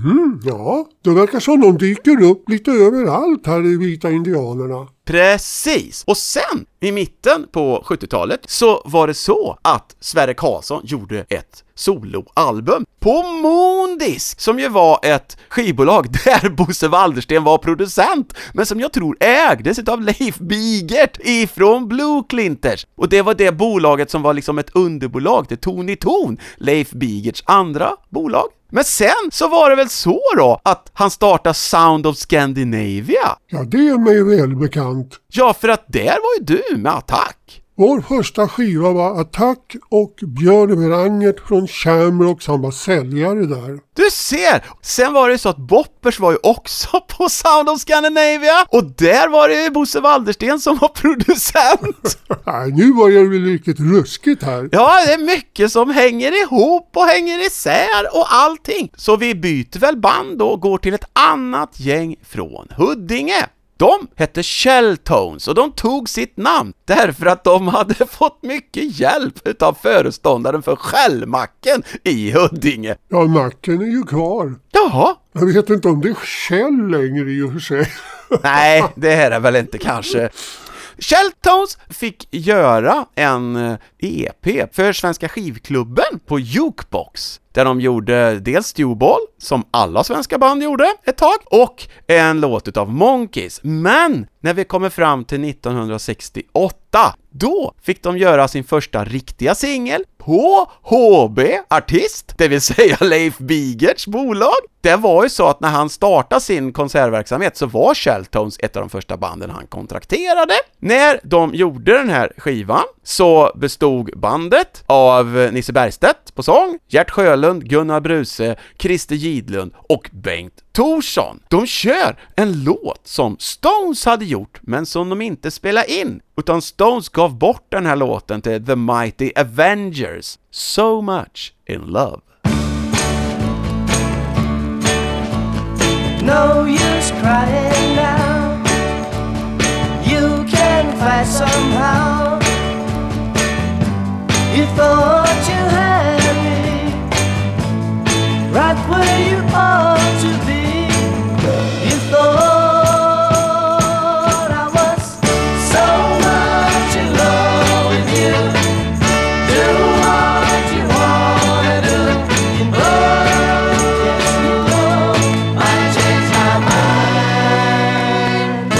Ja, det verkar som de dyker upp lite överallt här i Vita Indianerna. Precis. Och sen i mitten på 70-talet så var det så att Sverre Karlsson gjorde ett soloalbum på Moondisk, som ju var ett skivbolag där Bosse Waldersten var producent, men som jag tror ägdes av Leif Bigert ifrån Blue Clinters. Och det var det bolaget som var liksom ett underbolag till Tony Ton, Leif Bigerts andra bolag. Men sen så var det väl så då att han startade Sound of Scandinavia. Ja, det är mig välbekant. Ja, för att där var ju du med Attack. Vår första skiva var Attack och Björn Wrangert från Shamrock som var säljare där. Du ser! Sen var det så att Boppers var ju också på Sound of Scandinavia och där var det Bosse Waldersten som var producent. Nej, nu börjar det bli riktigt ruskigt här. Ja, det är mycket som hänger ihop och hänger isär och allting. Så vi byter väl band och går till ett annat gäng från Huddinge. De hette Shelltones och de tog sitt namn därför att de hade fått mycket hjälp av föreståndaren för Shellmacken i Huddinge. Ja, macken är ju kvar. Jaha. Jag vet inte om det är Shell längre i och för sig. Nej, det här är väl inte kanske. Shelltones fick göra en EP för Svenska skivklubben på Jukebox, där de gjorde dels Stewball, som alla svenska band gjorde ett tag, och en låt utav Monkeys. Men när vi kommer fram till 1968, då fick de göra sin första riktiga singel på HB Artist, det vill säga Leif Bigerts bolag. Det var ju så att när han startade sin konsertverksamhet så var Shelltones ett av de första banden han kontrakterade. När de gjorde den här skivan så bestod bandet av Nisse Bergstedt på sång, Gert Sjölund, Gunnar Bruse, Christer Gidlund och Bengt Thorsson. De kör en låt som Stones hade gjort men som de inte spelade in, utan Stones gav bort den här låten till The Mighty Avengers. So Much in Love. No use crying now. You can fight somehow. You thought you had me right where you ought to be. You thought I was so much in love with you. Do what you wanna do. Yes, you know I changed my mind.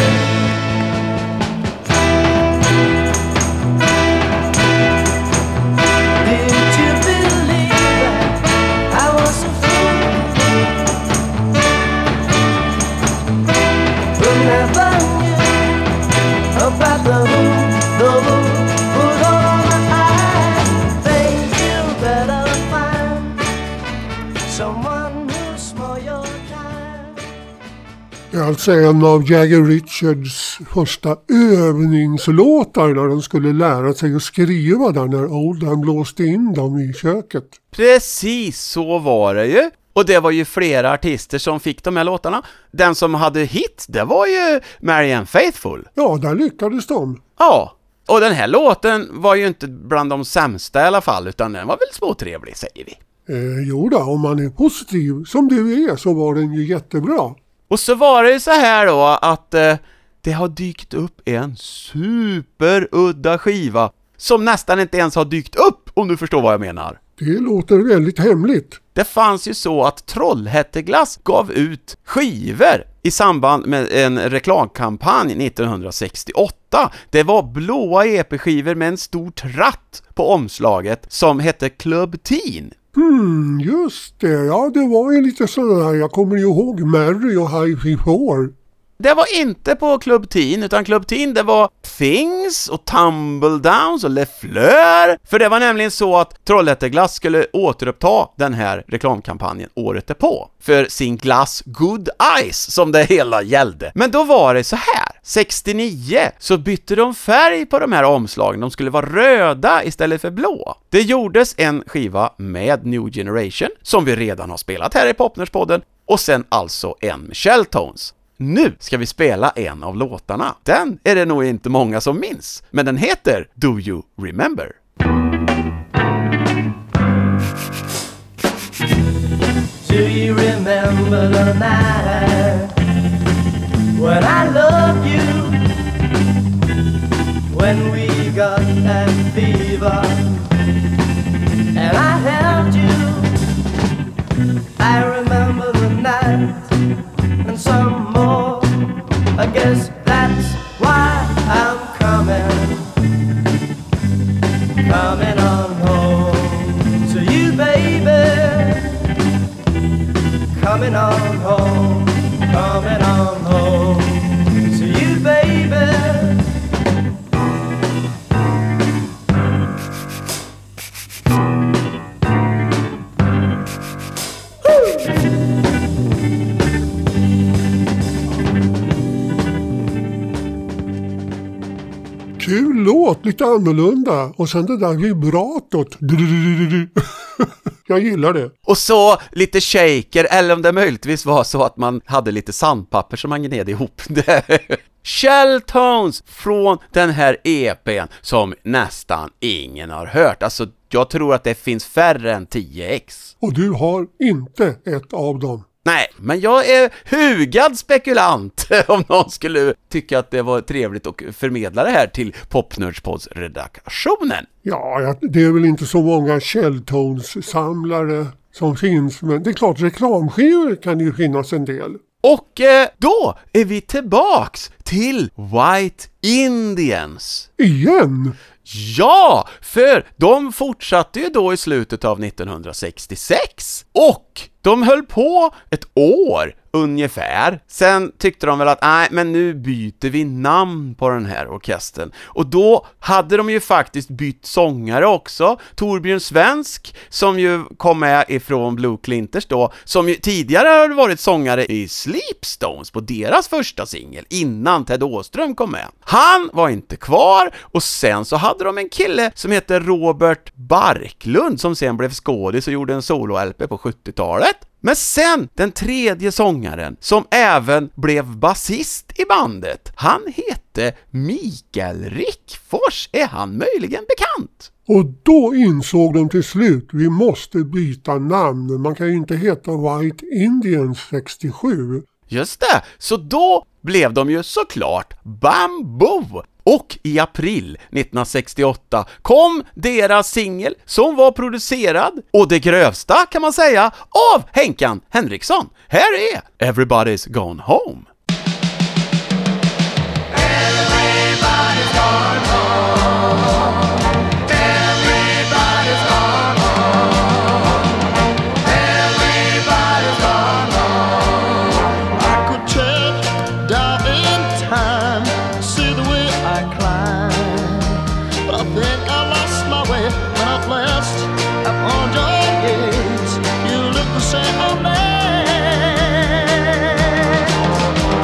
Did you Det är alltså en av Jagger Richards första övningslåtar när de skulle lära sig att skriva där när Oldham blåste in dem i köket. Precis så var det ju. Och det var ju flera artister som fick de här låtarna. Den som hade hit, det var ju Marianne Faithfull. Ja, där lyckades de. Ja, och den här låten var ju inte bland de sämsta i alla fall, utan den var väl småtrevlig, säger vi. Jo då, om man är positiv som du är så var den ju jättebra. Och så var det ju så här då att det har dykt upp en superudda skiva som nästan inte ens har dykt upp, om du förstår vad jag menar. Det låter väldigt hemligt. Det fanns ju så att Trollhätteglass gav ut skivor i samband med en reklamkampanj 1968. Det var blåa EP-skivor med en stor tratt på omslaget som hette Club Teen. Just det. Ja, det var ju lite sådär. Jag kommer ju ihåg Mary och Hi-Fi 4. Det var inte på Club Teen, utan Club Teen det var Things och Tumbledowns och Le Fleur. För det var nämligen så att Trollhätteglass skulle återuppta den här reklamkampanjen året därpå för sin glass Good Eyes som det hela gällde. Men då var det så här. 69 så bytte de färg på de här omslagen. De skulle vara röda istället för blå. Det gjordes en skiva med New Generation som vi redan har spelat här i Popnördspodden och sen alltså en med Shelltones. Nu ska vi spela en av låtarna. Den är det nog inte många som minns, men den heter Do You Remember? Do you remember the night when I loved you? When we got that fever and I held you. I remember the night and some more. I guess that's why I'm coming on home to you, baby. Coming on home to you, baby. Kul låt, lite annorlunda. Och sen det där vibratot. Jag gillar det. Och så lite shaker, eller om det möjligtvis var så att man hade lite sandpapper som man gned ihop. Shelltones från den här EPn som nästan ingen har hört. Alltså jag tror att det finns färre än 10x. Och du har inte ett av dem. Nej, men jag är hugad spekulant om någon skulle tycka att det var trevligt att förmedla det här till Popnördspods-redaktionen. Ja, det är väl inte så många Shelltones-samlare som finns, men det är klart reklamskivor kan ju finnas en del. Och då är vi tillbaks till White Indians. Igen? Ja, för de fortsatte ju då i slutet av 1966 och de höll på ett år ungefär. Sen tyckte de väl att nej, men nu byter vi namn på den här orkestern. Och då hade de ju faktiskt bytt sångare också. Torbjörn Svensk som ju kom med ifrån Blue Clinters då, som ju tidigare hade varit sångare i Sleepstones på deras första singel innan Ted Åström kom med. Han var inte kvar och sen så hade de en kille som heter Robert Barklund som sen blev skådis och gjorde en solo-LP på 70-talet. Men sen den tredje sångaren som även blev basist i bandet, han hette Mikael Rickfors. Är han möjligen bekant? Och då insåg de till slut, vi måste byta namn. Man kan ju inte heta White Indians 67. Just det, så då blev de ju såklart Bamboo. Och i april 1968 kom deras singel som var producerad, och det grövsta kan man säga, av Henkan Henriksson. Här är Everybody's Gone Home. Everybody's gone home. Everybody's gone home. Everybody's gone home. I could check down in time, see the way I climb, but I think I lost my way when I flashed upon your gates. You look the same on me.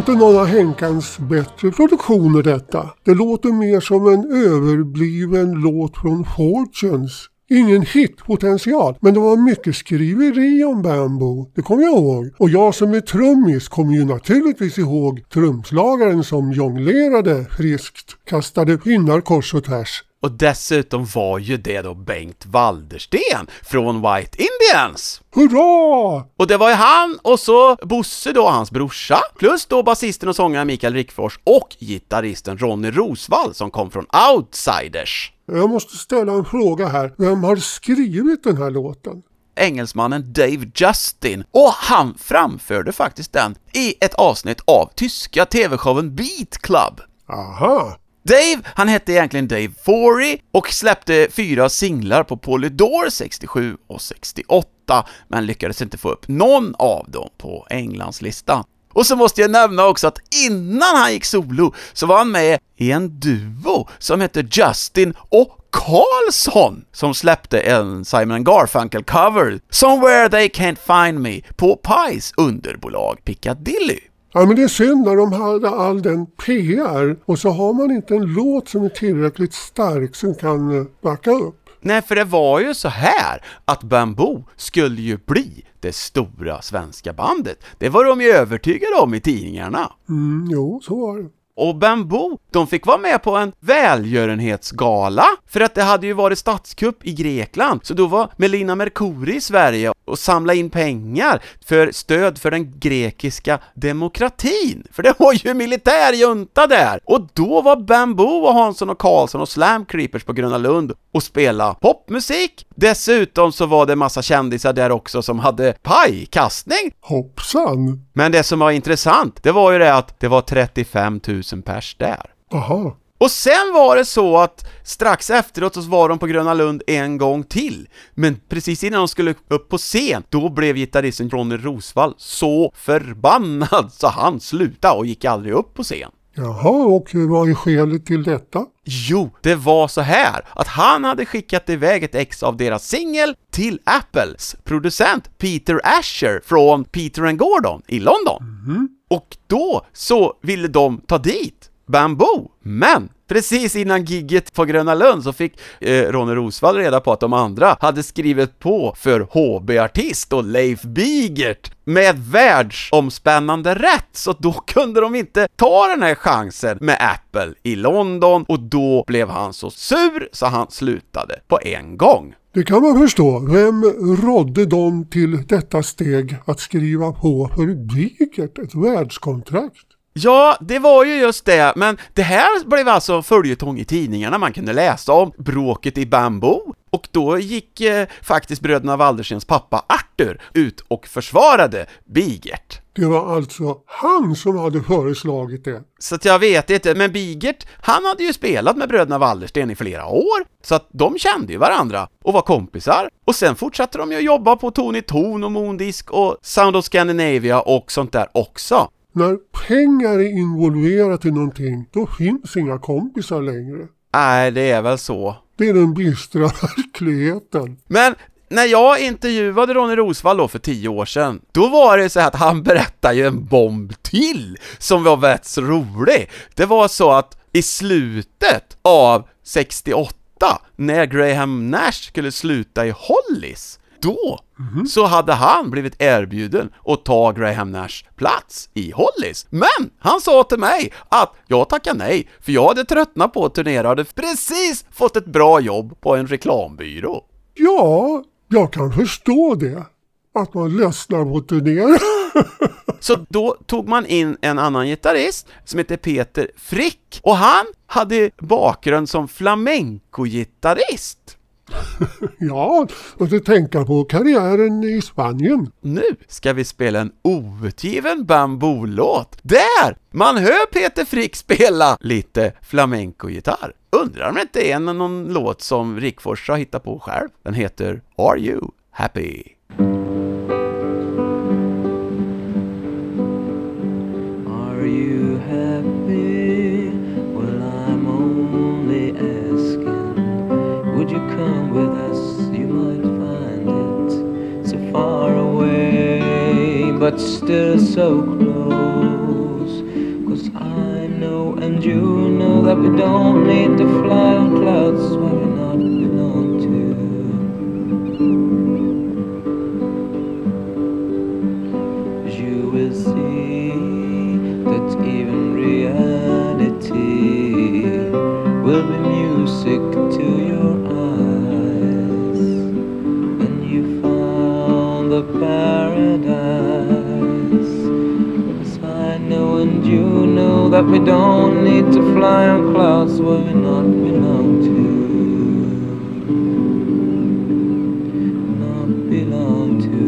inte någon av Henkans bättre produktioner detta. Det låter mer som en överbliven låt från Fortunes. Ingen hitpotential, men det var mycket skriveri om Bamboo. Det kommer jag ihåg. Och jag som är trummis kommer ju naturligtvis ihåg trumslagaren som jonglerade friskt, kastade pinnar kors och tvärs. Och dessutom var ju det då Bengt Waldersten från White Indians. Hurra! Och det var ju han och så Bosse då, hans brorsa, plus då basisten och sångaren Mikael Rickfors och gitarristen Ronny Rosvall som kom från Outsiders. Jag måste ställa en fråga här. Vem har skrivit den här låten? Engelsmannen Dave Justin, och han framförde faktiskt den i ett avsnitt av tyska tv-showen Beat Club. Aha! Dave, han hette egentligen Dave Forey och släppte 4 singlar på Polydor 67 och 68, men lyckades inte få upp någon av dem på Englandslistan. Och så måste jag nämna också att innan han gick solo så var han med i en duo som hette Justin och Karlsson, som släppte en Simon & Garfunkel cover, Somewhere They Can't Find Me, på Pies underbolag Piccadilly. Ja, men det är synd när de hade all den PR och så har man inte en låt som är tillräckligt stark som kan backa upp. Nej, för det var ju så här att Bamboo skulle ju bli det stora svenska bandet. Det var de ju övertygade om i tidningarna. Jo, så var det. Och Bamboo, de fick vara med på en välgörenhetsgala för att det hade ju varit statskupp i Grekland. Så då var Melina Mercouri i Sverige och samla in pengar för stöd för den grekiska demokratin. För det var ju militärjunta där. Och då var Bamboo och Hansson och Karlsson och Slam Creepers på Gröna Lund och spela popmusik. Dessutom så var det massa kändisar där också som hade pajkastning. Hoppsan! Men det som var intressant, det var ju det att det var 35 000 pers där. Aha. Och sen var det så att strax efteråt så var de på Gröna Lund en gång till. Men precis innan de skulle upp på scen, då blev gitarristen Ronny Rosvall så förbannad så han slutade och gick aldrig upp på scen. Jaha, och vad är skälet till detta? Jo, det var så här att han hade skickat iväg ett ex av deras singel till Apples producent Peter Asher från Peter & Gordon i London. Och då så ville de ta dit Bamboo, men precis innan gigget på Gröna Lund så fick Ronny Rosvall reda på att de andra hade skrivit på för HB-artist och Leif Bigert med världsomspännande rätt, så då kunde de inte ta den här chansen med Apple i London, och då blev han så sur så han slutade på en gång. Det kan man förstå. Vem rådde dem till detta steg att skriva på för Bigert ett världskontrakt? Ja, det var ju just det, men det här blev alltså följetong i tidningarna. Man kunde läsa om bråket i Bamboo, och då gick faktiskt bröderna Walderstens pappa Arthur ut och försvarade Bigert. Det var alltså han som hade föreslagit det. Så att jag vet inte, men Bigert, han hade ju spelat med bröderna Waldersten i flera år, så att de kände ju varandra och var kompisar. Och sen fortsatte de ju jobba på Tony Tone och Moondisk och Sound of Scandinavia och sånt där också. När pengar är involverat i någonting, då finns inga kompisar längre. Nej, det är väl så. Det är den bistra verkligheten. Men när jag intervjuade Ronny Rosvall då för 10 år sedan, då var det så att han berättade ju en bomb till som var väldigt så rolig. Det var så att i slutet av 68, när Graham Nash skulle sluta i Hollies, då så hade han blivit erbjuden att ta Graham Nash plats i Hollies. Men han sa till mig att jag tackade nej, för jag hade tröttnat på att turnera och hade precis fått ett bra jobb på en reklambyrå. Ja, jag kan förstå det. Att man ledsnar på att turnera. Så då tog man in en annan gitarrist som heter Peter Frick, och han hade bakgrund som flamenco-gitarrist. Ja, och så tänka på karriären i Spanien. Nu ska vi spela en outgiven Bamboo-låt där man hör Peter Frick spela lite flamenco-gitarr. Undrar om det inte är någon låt som Rickfors har hittat på själv. Den heter Are You Happy? Are you happy? Well, I'm only asking. Would you come with us? You might find it so far away, but still so close. that we don't need to fly on clouds where we not belong to. You will see that even reality will be music to your eyes. And you found the paradise. As I know and you know that we don't need to fly on clouds where we not belong to. Not belong to.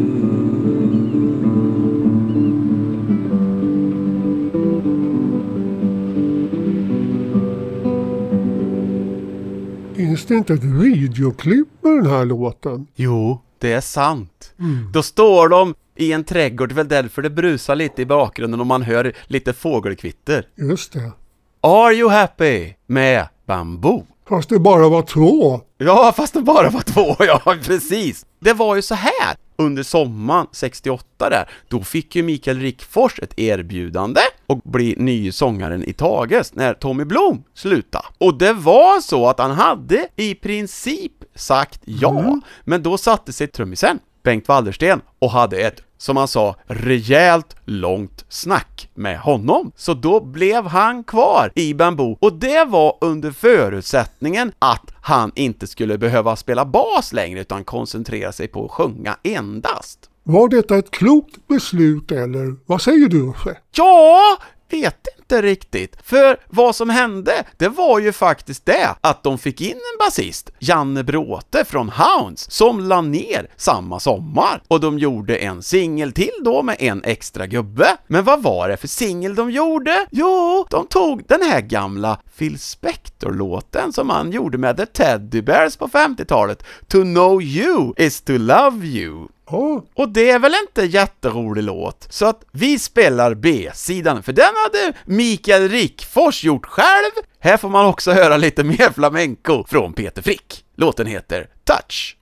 Finns det inte ett videoklipp med den här låten? Jo, det är sant. Då står de i en trädgård, det är väl därför det brusar lite i bakgrunden och man hör lite fågelkvitter. Just det. Are You Happy med Bamboo. Fast det bara var 2. Ja, fast det bara var 2, ja precis. Det var ju så här, under sommaren 68 där, då fick ju Mikael Rickfors ett erbjudande att bli ny sångaren i Tages när Tommy Blom slutade. Och det var så att han hade i princip sagt ja, men då satte sig trummisen Bengt Waldersten och hade ett, som han sa, rejält långt snack med honom. Så då blev han kvar i Bamboo, och det var under förutsättningen att han inte skulle behöva spela bas längre utan koncentrera sig på att sjunga endast. Var detta ett klokt beslut eller vad säger du, Uffe? Ja, vet inte riktigt. För vad som hände, det var ju faktiskt det att de fick in en basist, Janne Bråte från Hounds, som la ner samma sommar. Och de gjorde en singel till då med en extra gubbe. Men vad var det för singel de gjorde? Jo, de tog den här gamla Phil Spector-låten som han gjorde med The Teddy Bears på 50-talet. To know you is to love you. Och det är väl inte jätterolig låt. Så att vi spelar B-sidan, för den hade Mikael Rickfors gjort själv. Här får man också höra lite mer flamenco från Peter Frick. Låten heter Touch.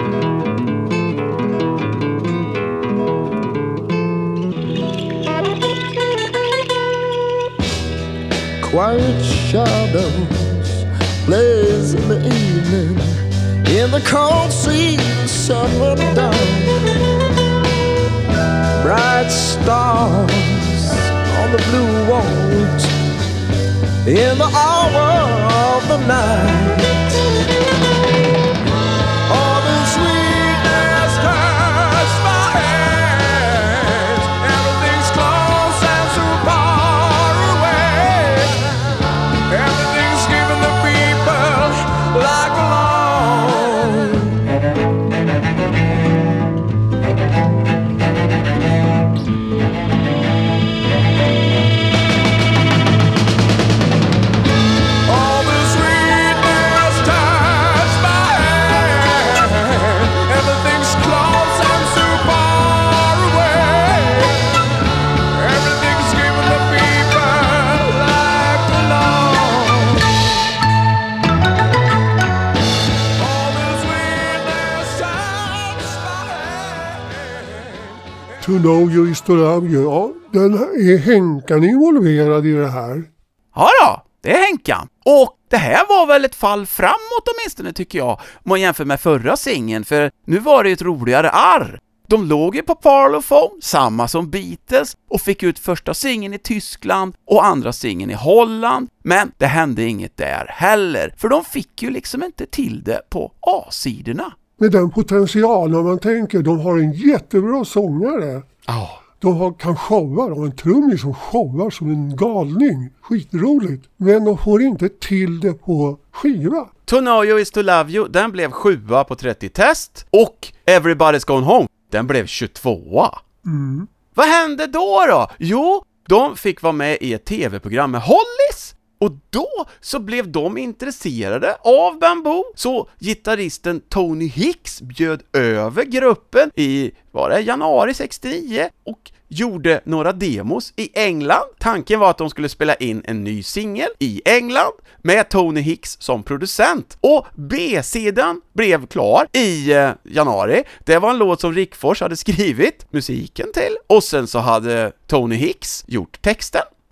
Quiet shadows blaze in the evening. In the cold sea, the sun went down. Bright stars on the blue walls. In the hour of the night. All the sweetness touched my hands. Everything's close and so far away. Everything's giving the people like a long. To know you is to love you. Ja, den är Henkan involverad i det här. Ja då, det är Henkan. Och det här var väl ett fall framåt åtminstone tycker jag, om man jämför med förra singeln, för nu var det ett roligare arr. De låg ju på Parlophone, samma som Beatles, och fick ut första singeln i Tyskland och andra singeln i Holland. Men det hände inget där heller, för de fick ju liksom inte till det på A-sidorna. Med den potentialen man tänker, de har en jättebra sångare. De kan showa, de har en trummis som showar som en galning. Skitroligt. Men de får inte till det på skiva. To know you is to love you, den blev 7 på 30 test. Och Everybody's Gone Home, den blev 22. Vad hände då? Jo, de fick vara med i ett tv-program med Hollies. Och då så blev de intresserade av Bamboo. Så gitarristen Tony Hicks bjöd över gruppen i, var det januari 69, och gjorde några demos i England. Tanken var att de skulle spela in en ny singel i England med Tony Hicks som producent. Och B-sidan blev klar i januari. Det var en låt som Rickfors hade skrivit musiken till. Och sen så hade Tony Hicks gjort texten.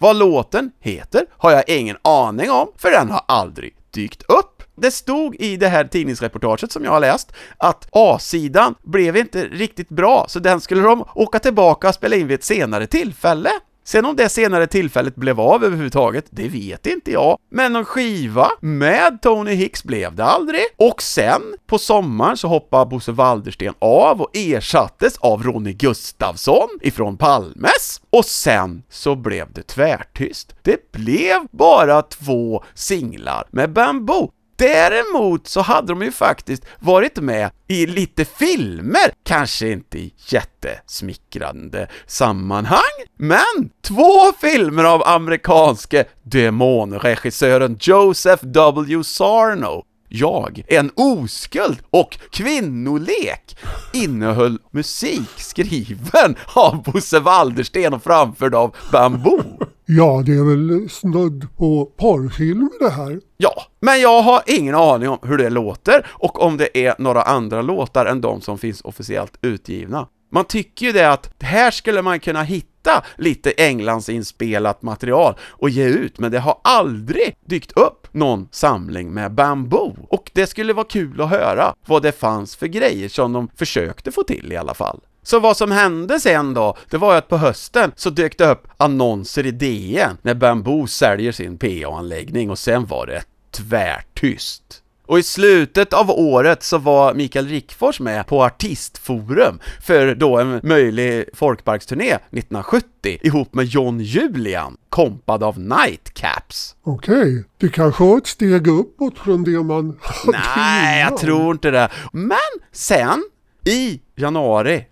Vad låten heter har jag ingen aning om, för den har aldrig dykt upp. Det stod i det här tidningsreportaget som jag har läst att A-sidan blev inte riktigt bra, så den skulle de åka tillbaka och spela in vid ett senare tillfälle. Sen om det senare tillfället blev av överhuvudtaget, det vet inte jag. Men någon skiva med Tony Hicks blev det aldrig. Och sen på sommaren så hoppade Bosse Waldersten av och ersattes av Ronny Gustafsson ifrån Palmes. Och sen så blev det tvärtyst. Det blev bara 2 singlar med Bamboo. Däremot så hade de ju faktiskt varit med i lite filmer, kanske inte i jättesmickrande sammanhang, men 2 filmer av amerikanske demonregissören Joseph W. Sarno. Jag, en oskuld och kvinnolek, innehöll musik skriven av Bosse Waldersten och framförd av Bamboo. Ja, det är väl snudd på porrfilm det här. Ja, men jag har ingen aning om hur det låter och om det är några andra låtar än de som finns officiellt utgivna. Man tycker ju det att här skulle man kunna hitta lite Englands inspelat material och ge ut, men det har aldrig dykt upp någon samling med Bamboo. Och det skulle vara kul att höra vad det fanns för grejer som de försökte få till i alla fall. Så vad som hände sen då, det var ju att på hösten så dök det upp annonser i DN när Bamboo säljer sin PA-anläggning och sen var det tvärtyst. Och i slutet av året så var Mikael Rickfors med på Artistforum för då en möjlig folkparksturné 1970 ihop med John Julian, kompad av Nightcaps. Okej, det kanske var ett steg uppåt från det man hade Nej, jag innan. tror inte det. Men sen, i januari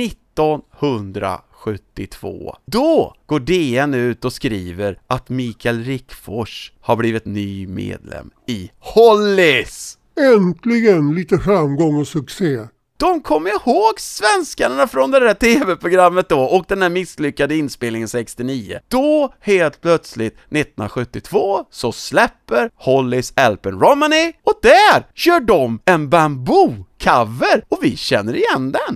1972, då går DN ut och skriver att Mikael Rickfors har blivit ny medlem i Hollies. Äntligen lite framgång och succé. De kommer ihåg svenskarna från det där tv-programmet då och den här misslyckade inspelningen 69. Då helt plötsligt 1972 så släpper Hollies Alpen Romani och där gör de en Bamboo-cover och vi känner igen den.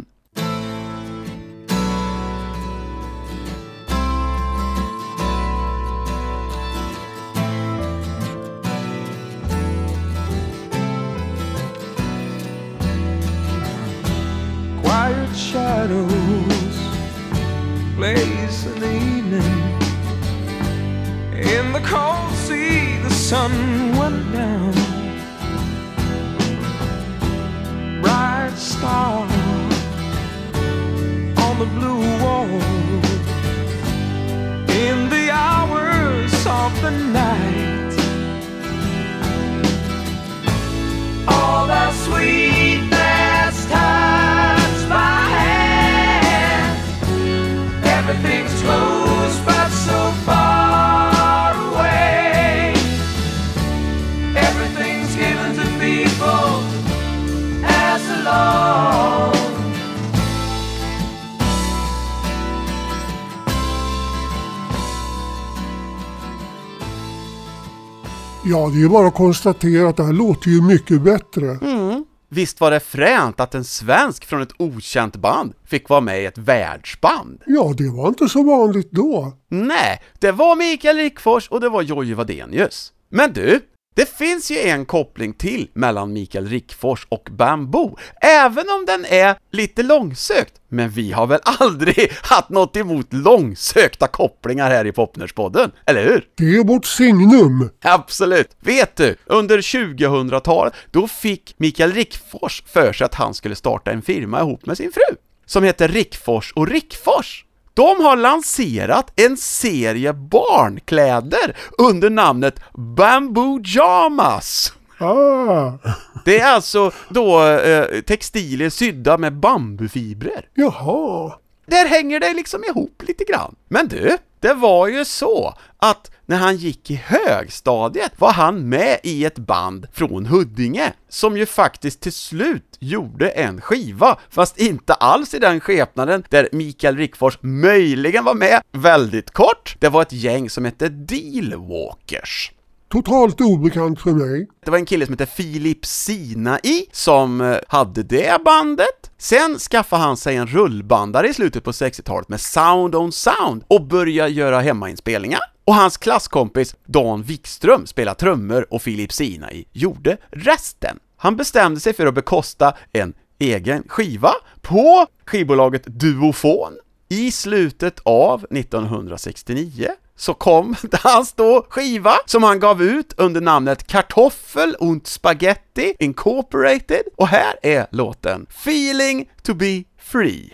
Quiet shadows blaze in the evening. In the cold sea the sun went down. Bright star on the blue wall. In the hours of the night, all that sweetness touched my hand. Everything's close but so far away. Everything's given to people as alone. Ja, det är bara att konstatera att det här låter ju mycket bättre. Visst var det fränt att en svensk från ett okänt band fick vara med i ett världsband? Ja, det var inte så vanligt då. Nej, det var Mikael Rickfors och det var Jojje Wadenius. Men du, det finns ju en koppling till mellan Mikael Rickfors och Bamboo, även om den är lite långsökt. Men vi har väl aldrig haft något emot långsökta kopplingar här i Popnerspodden, eller hur? Det är vårt signum. Absolut. Vet du, under 2000-talet då fick Mikael Rickfors för sig att han skulle starta en firma ihop med sin fru som heter Rickfors och Rickfors. De har lanserat en serie barnkläder under namnet Bamboo Jamas. Ah, Det är alltså då textilier sydda med bambufibrer. jaha. Där hänger det liksom ihop lite grann. Men du, det var ju så att när han gick i högstadiet var han med i ett band från Huddinge som ju faktiskt till slut gjorde en skiva, fast inte alls i den skepnaden där Mikael Rickfors möjligen var med väldigt kort. Det var ett gäng som hette Dealwalkers. Totalt obekant för mig. Det var en kille som hette Filip Sinai som hade det bandet. Sen skaffade han sig en rullbandare i slutet på 60-talet med Sound on Sound och började göra hemmainspelningar. Och hans klasskompis Dan Wikström spelade trummor och Philip Sinai gjorde resten. Han bestämde sig för att bekosta en egen skiva på skivbolaget Duofon. I slutet av 1969 så kom hans då skiva som han gav ut under namnet Kartoffel und Spaghetti Incorporated. Och här är låten Feeling to be Free.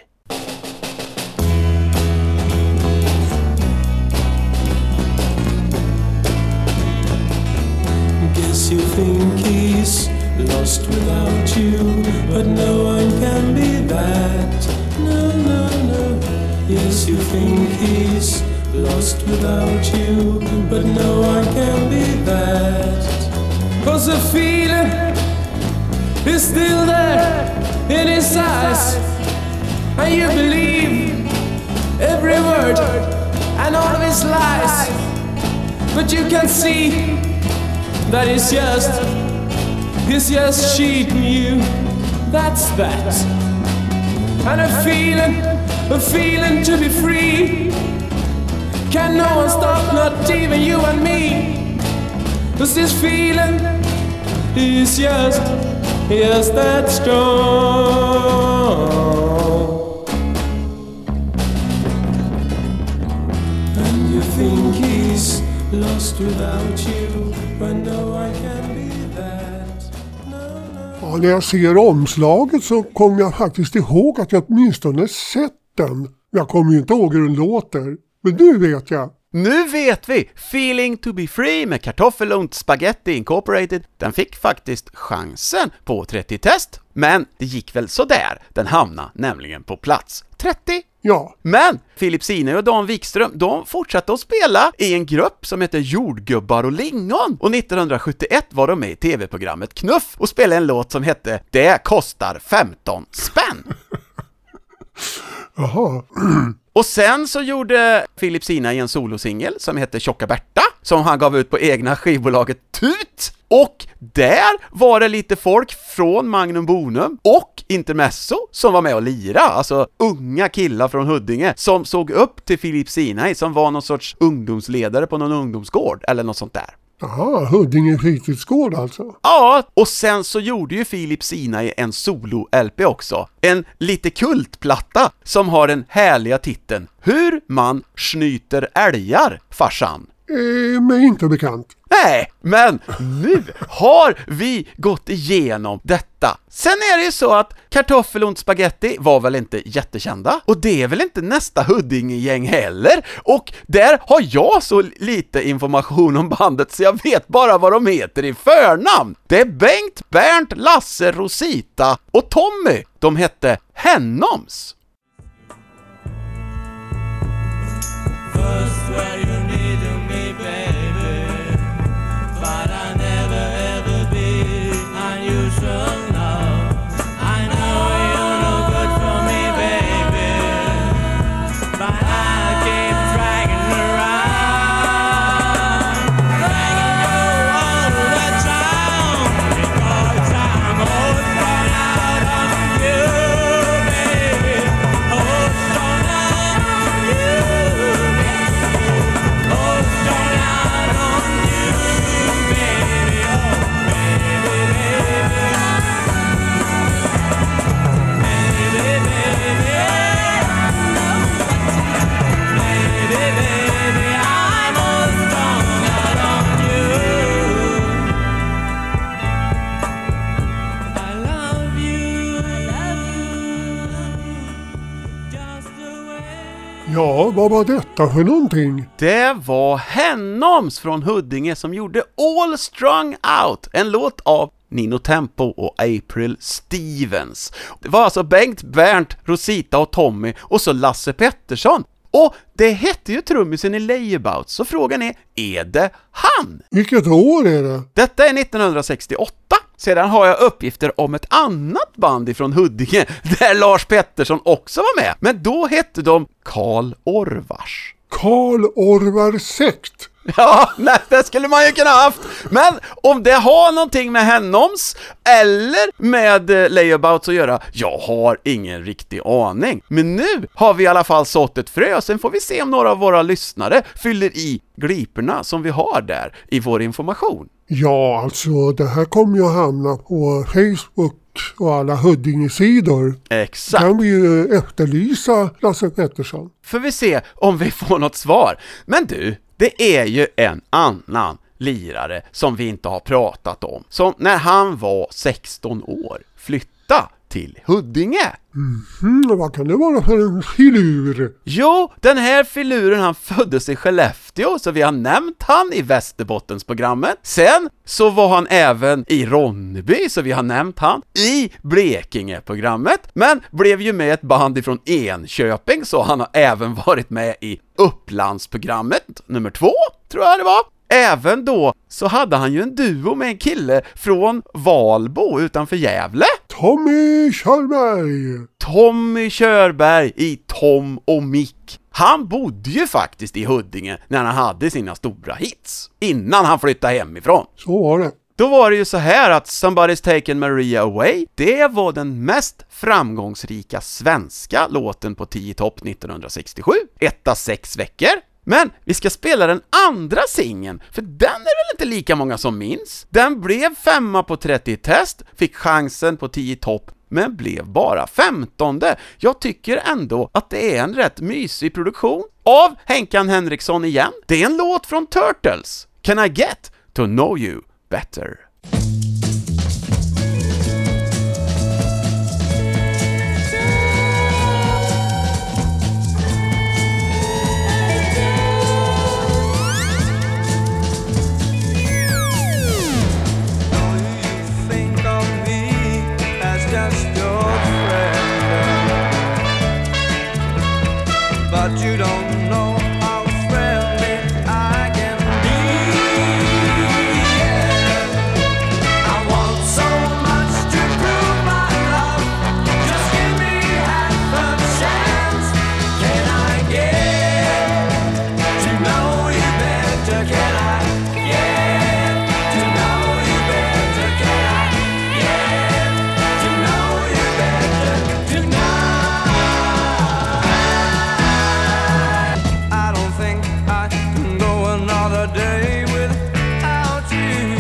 Guess you think he's lost without you, but no one can be that. No, no, no. Yes, you think he's lost without you, but no one can be that. 'Cause the feeling is still there in his eyes, and you believe every word and all of his lies, but you can see that he's just cheating you. That's that. And a feeling to be free. Can no one stop, not even you and me? 'Cause this feeling is just that strong. And you think he's lost without you, when no one can be that. No, no. Ja, när jag ser omslaget så kommer jag faktiskt ihåg att jag åtminstone sett den. Jag kommer ju inte ihåg hur den låter, men nu vet jag. Nu vet vi! Feeling to be free med Kartoffel und Spaghetti Incorporated. Den fick faktiskt chansen på 30-test, men det gick väl så där. Den hamnade nämligen på plats 30. Ja. Men Philip Sinai och Dan Wikström, de fortsatte att spela i en grupp som heter Jordgubbar och lingon. Och 1971 var de med i tv-programmet Knuff och spelade en låt som hette Det kostar 15 spänn. Jaha. Och sen så gjorde Philip Sinai en solosingel som heter Tjocka Berta, som han gav ut på egna skivbolaget Tut. Och där var det lite folk från Magnum Bonum och Intermezzo som var med och lira. Alltså unga killar från Huddinge som såg upp till Philip Sinai, som var någon sorts ungdomsledare på någon ungdomsgård eller något sånt där. Jaha, Huddinge fritidsgård alltså. Ja, och sen så gjorde ju Philip Sinai en solo-LP också. En lite kultplatta som har den härliga titeln Hur man snyter älgar, farsan. Men inte bekant. Nej, men nu har vi gått igenom detta. Sen är det ju så att Kartoffel und Spaghetti var väl inte jättekända. Och det är väl inte nästa Huddinge-gäng heller. Och där har jag så lite information om bandet så jag vet bara vad de heter i förnamn. Det är Bengt, Bernt, Lasse, Rosita och Tommy. De hette Hennoms. First where you needed me, baby, but I never ever be unusual now. I know you're no good for me, baby, but I keep dragging around, dragging you all the time, because I'm all thrown out on you, baby, all thrown out on you. Ja, vad var detta för någonting? Det var Hennoms från Huddinge som gjorde All Strung Out, en låt av Nino Tempo och April Stevens. Det var alltså Bengt, Bernt, Rosita och Tommy och så Lasse Pettersson. Och det hette ju trummisen i Layabout, så frågan är det han? Vilket år är det? Detta är 1968. Sedan har jag uppgifter om ett annat band ifrån Huddinge där Lars Pettersson också var med. Men då hette de Karl Orvars. Karl Orvar Sekt. Ja, nej, det skulle man ju kunna haft. Men om det har någonting med Hennoms eller med layabouts att göra, jag har ingen riktig aning. Men nu har vi i alla fall sått ett frö, sen får vi se om några av våra lyssnare fyller i gliporna som vi har där i vår information. Ja, alltså det här kommer ju att hamna på Facebook och alla Huddinge-sidor. Exakt. Kan vi ju efterlysa Lasse Pettersson. Får vi se om vi får något svar. Men du, det är ju en annan lirare som vi inte har pratat om. Som när han var 16 år flyttade till Huddinge. Vad kan det vara för en filur? Jo, den här filuren han föddes i Skellefteå, så vi har nämnt han i Västerbottensprogrammet. Sen så var han även i Ronneby, så vi har nämnt han i Blekinge-programmet. Men blev ju med ett band ifrån Enköping, så han har även varit med i Upplandsprogrammet nummer 2, tror jag det var. Även då så hade han ju en duo med en kille från Valbo utanför Gävle. Tommy Körberg! Tommy Körberg i Tom och Mick. Han bodde ju faktiskt i Huddinge när han hade sina stora hits, innan han flyttade hemifrån. Så var det. Då var det ju så här att Somebody's Taken Maria Away, det var den mest framgångsrika svenska låten på 10 topp 1967. 1-6 veckor. Men vi ska spela den andra singeln, för den är väl inte lika många som minns. Den blev 5 på 30 test, fick chansen på 10 topp, men blev bara 15:e. Jag tycker ändå att det är en rätt mysig produktion av Henkan Henriksson igen. Det är en låt från Turtles. Can I get to know you better? But you don't know how friendly I can be. I want so much to prove my love. Just give me half a chance. Can I get to know you better? Can I get to know you better? Can I get to know you better tonight? Day without you.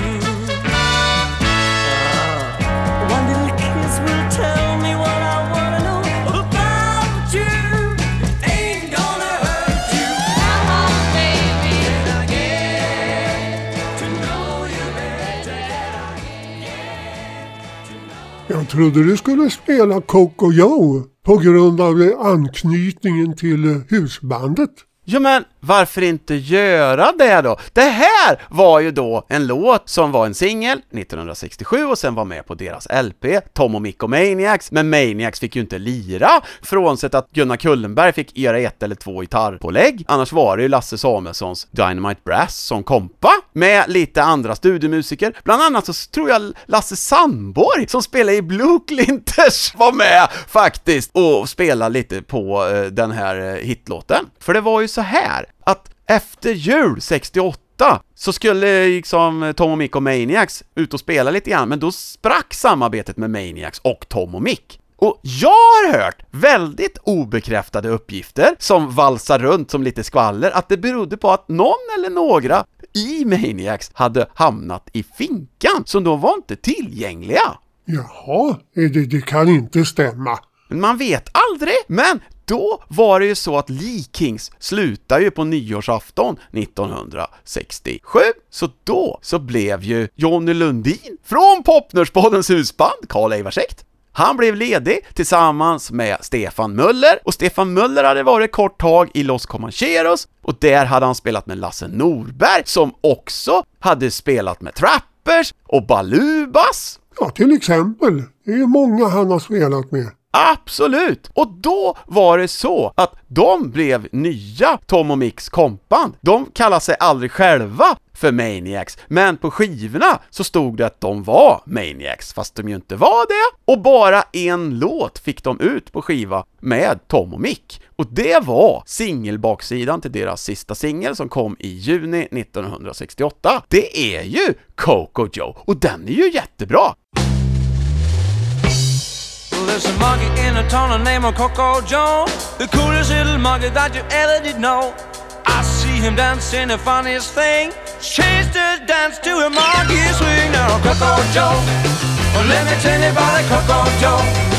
One little kiss will tell me what I wanna know about you. Ain't gonna hurt you. Come on, baby. Can I get to know you better? Can I get to know? Jag trodde du skulle spela Coco Joe på grund av anknytningen till husbandet. Ja, men varför inte göra det då? Det här var ju då en låt som var en singel 1967 och sen var med på deras LP Tom och Mick och Maniacs. Men Maniacs fick ju inte lira, frånsett att Gunnar Kullenberg fick göra 1 eller 2 gitarrpålägg. Annars var det ju Lasse Samuelssons Dynamite Brass som kompa med lite andra studiemusiker. Bland annat så tror jag Lasse Sandborg som spelar i Blue Clinters var med faktiskt och spelade lite på den här hitlåten. För det var ju så här att efter jul 68 så skulle liksom Tom och Mick och Maniacs ut och spela lite grann, men då sprack samarbetet med Maniacs och Tom och Mick. Och jag har hört väldigt obekräftade uppgifter som valsar runt som lite skvaller att det berodde på att någon eller några i Maniacs hade hamnat i finkan, så de var inte tillgängliga. Jaha, det kan inte stämma. Man vet aldrig, men då var det ju så att Lee Kings slutar ju på nyårsafton 1967. Så då så blev ju Johnny Lundin från Popnörspoddens husband, Karl Eivarsekt. Han blev ledig tillsammans med Stefan Möller, och Stefan Möller hade varit kort tag i Los Comancheros, och där hade han spelat med Lasse Norberg som också hade spelat med Trappers och Balubas. Ja, till exempel. Det är många han har spelat med. Absolut! Och då var det så att de blev nya Tom och Micks kompband. De kallar sig aldrig själva för Maniacs, men på skivorna så stod det att de var Maniacs, fast de ju inte var det. Och bara en låt fick de ut på skiva med Tom och Mick. Och det var singelbaksidan till deras sista singel som kom i juni 1968. Det är ju Coco Joe, och den är ju jättebra. There's a monkey in a tunnel named Coco Joe, the coolest little monkey that you ever did know. I see him dancing the funniest thing, changed his dance to a monkey swing. Now Coco Joe, well, let me tell you about it, Coco Joe.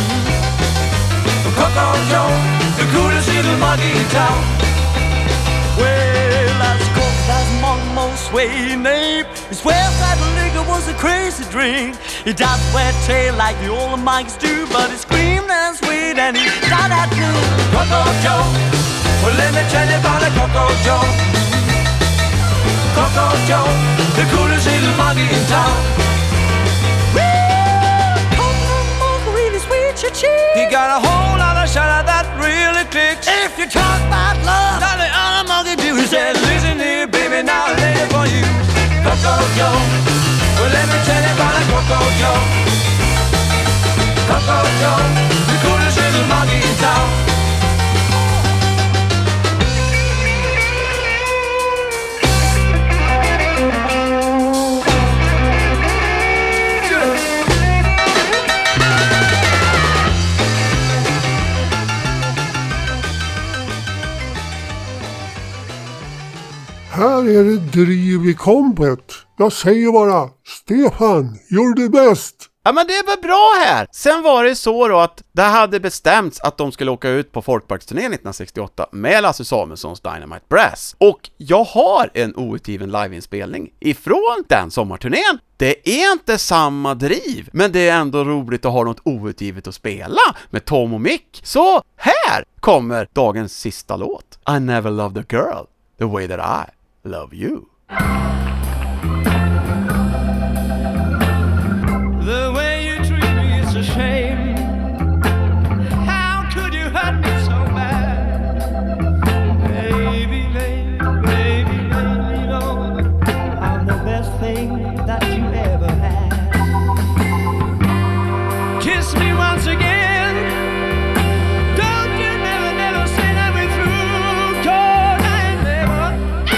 Coco Joe, the coolest little monkey in town. Well, that's cool, that's Monk's sway name. He swears that liquor was a crazy drink. He does wear tail like the old monkeys do, but he screamed and sweet and he shot at you. Coco Joe, well, let me tell you about it, Coco Joe. Coco Joe, the coolest little monkey in town. He got a whole lot of shot that really clicks. If you talk about love, now the other monkey do. He said, listen here, baby, now I lay it for you. Coco Joe, well, let me tell you about it, Coco Joe. Coco Joe, the coolest little monkey in town. Här är det driv i kompet. Jag säger bara, Stefan, gör det bäst. Ja, men det var bra här. Sen var det så då att det hade bestämts att de skulle åka ut på Folkparksturné 1968 med Lasse Samuelssons Dynamite Brass. Och jag har en outgiven liveinspelning ifrån den sommarturnén. Det är inte samma driv, men det är ändå roligt att ha något outgivet att spela med Tom och Mick. Så här kommer dagens sista låt. I never loved a girl the way that I love you. The way you treat me is a shame. How could you hurt me so bad? Baby, baby, baby, baby, you know I'm the best thing that you ever had. Kiss me once again. Don't you never, never say that we're through. 'Cause I never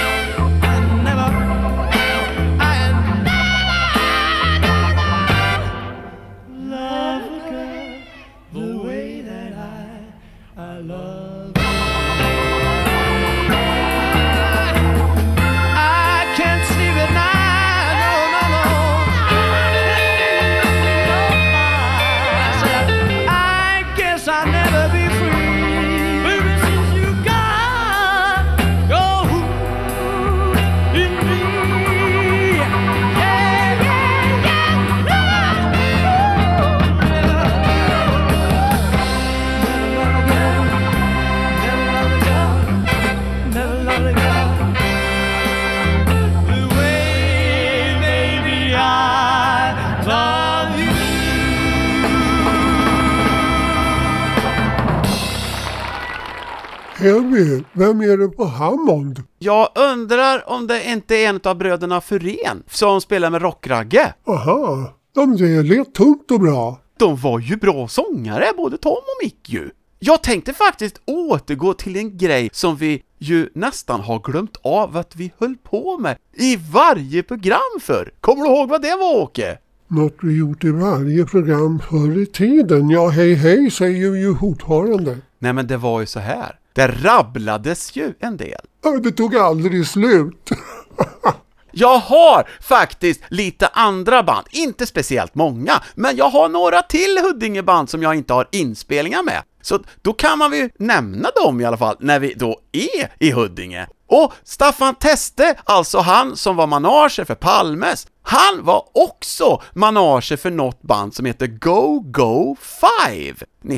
Heavy, vem är det på Hammond? Jag undrar om det inte är en av bröderna Furén som spelar med Rockragge. Aha, de lät tungt och bra. De var ju bra sångare, både Tom och Mick ju. Jag tänkte faktiskt återgå till en grej som vi ju nästan har glömt av att vi höll på med i varje program för. Kommer du ihåg vad det var, Åke? Något vi gjort i varje program förr i tiden. Ja, hej hej säger vi ju fortfarande. Nej, men det var ju så här. Det rabblades ju en del. Ja, det tog aldrig slut. Jag har faktiskt lite andra band, inte speciellt många, men jag har några till Huddingeband som jag inte har inspelningar med. Så då kan man ju nämna dem i alla fall när vi då är i Huddinge. Och Staffan Teste, alltså han som var manager för Palmes, han var också manager för något band som heter Go Go 5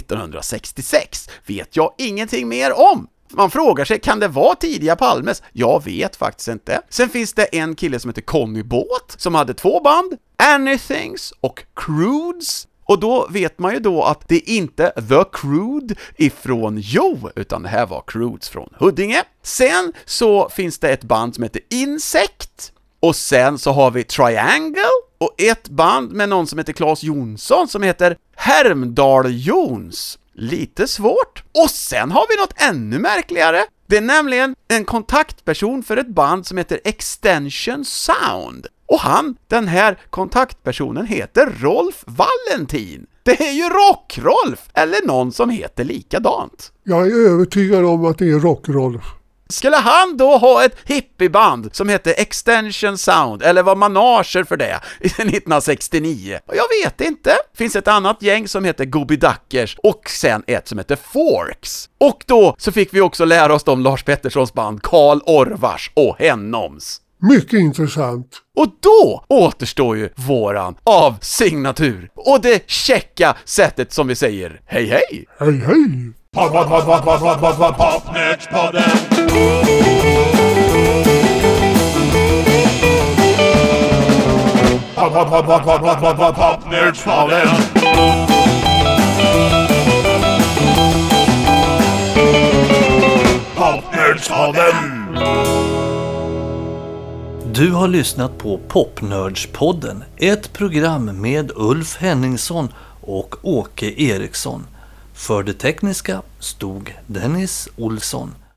1966. Vet jag ingenting mer om. Man frågar sig, kan det vara tidiga Palmes? Jag vet faktiskt inte. Sen finns det en kille som heter Conny Båt som hade 2 band, Anythings och Crudes. Och då vet man ju då att det inte The Crude ifrån Jo, utan det här var Crudes från Huddinge. Sen så finns det ett band som heter Insect. Och sen så har vi Triangle. Och ett band med någon som heter Claes Jonsson som heter Hermdal Jons. Lite svårt. Och sen har vi något ännu märkligare. Det är nämligen en kontaktperson för ett band som heter Extension Sound. Och den här kontaktpersonen heter Rolf Valentin. Det är ju Rock-Rolf, eller någon som heter likadant. Jag är övertygad om att det är Rock-Rolf. Skulle han då ha ett hippieband som heter Extension Sound, eller var manager för det 1969? Jag vet inte. Finns ett annat gäng som heter Gobi Duckers och sen ett som heter Forks. Och då så fick vi också lära oss om Lars Petterssons band Karl Orvars och Hennoms. Mycket intressant. Och då återstår ju våran avsignatur och det checka sättet som vi säger hej hej. Hej hej. Popnördspodden. Popnördspodden. Popnördspodden. Du har lyssnat på Popnördspodden, ett program med Ulf Henningsson och Åke Eriksson. För det tekniska stod Dennis Olsson.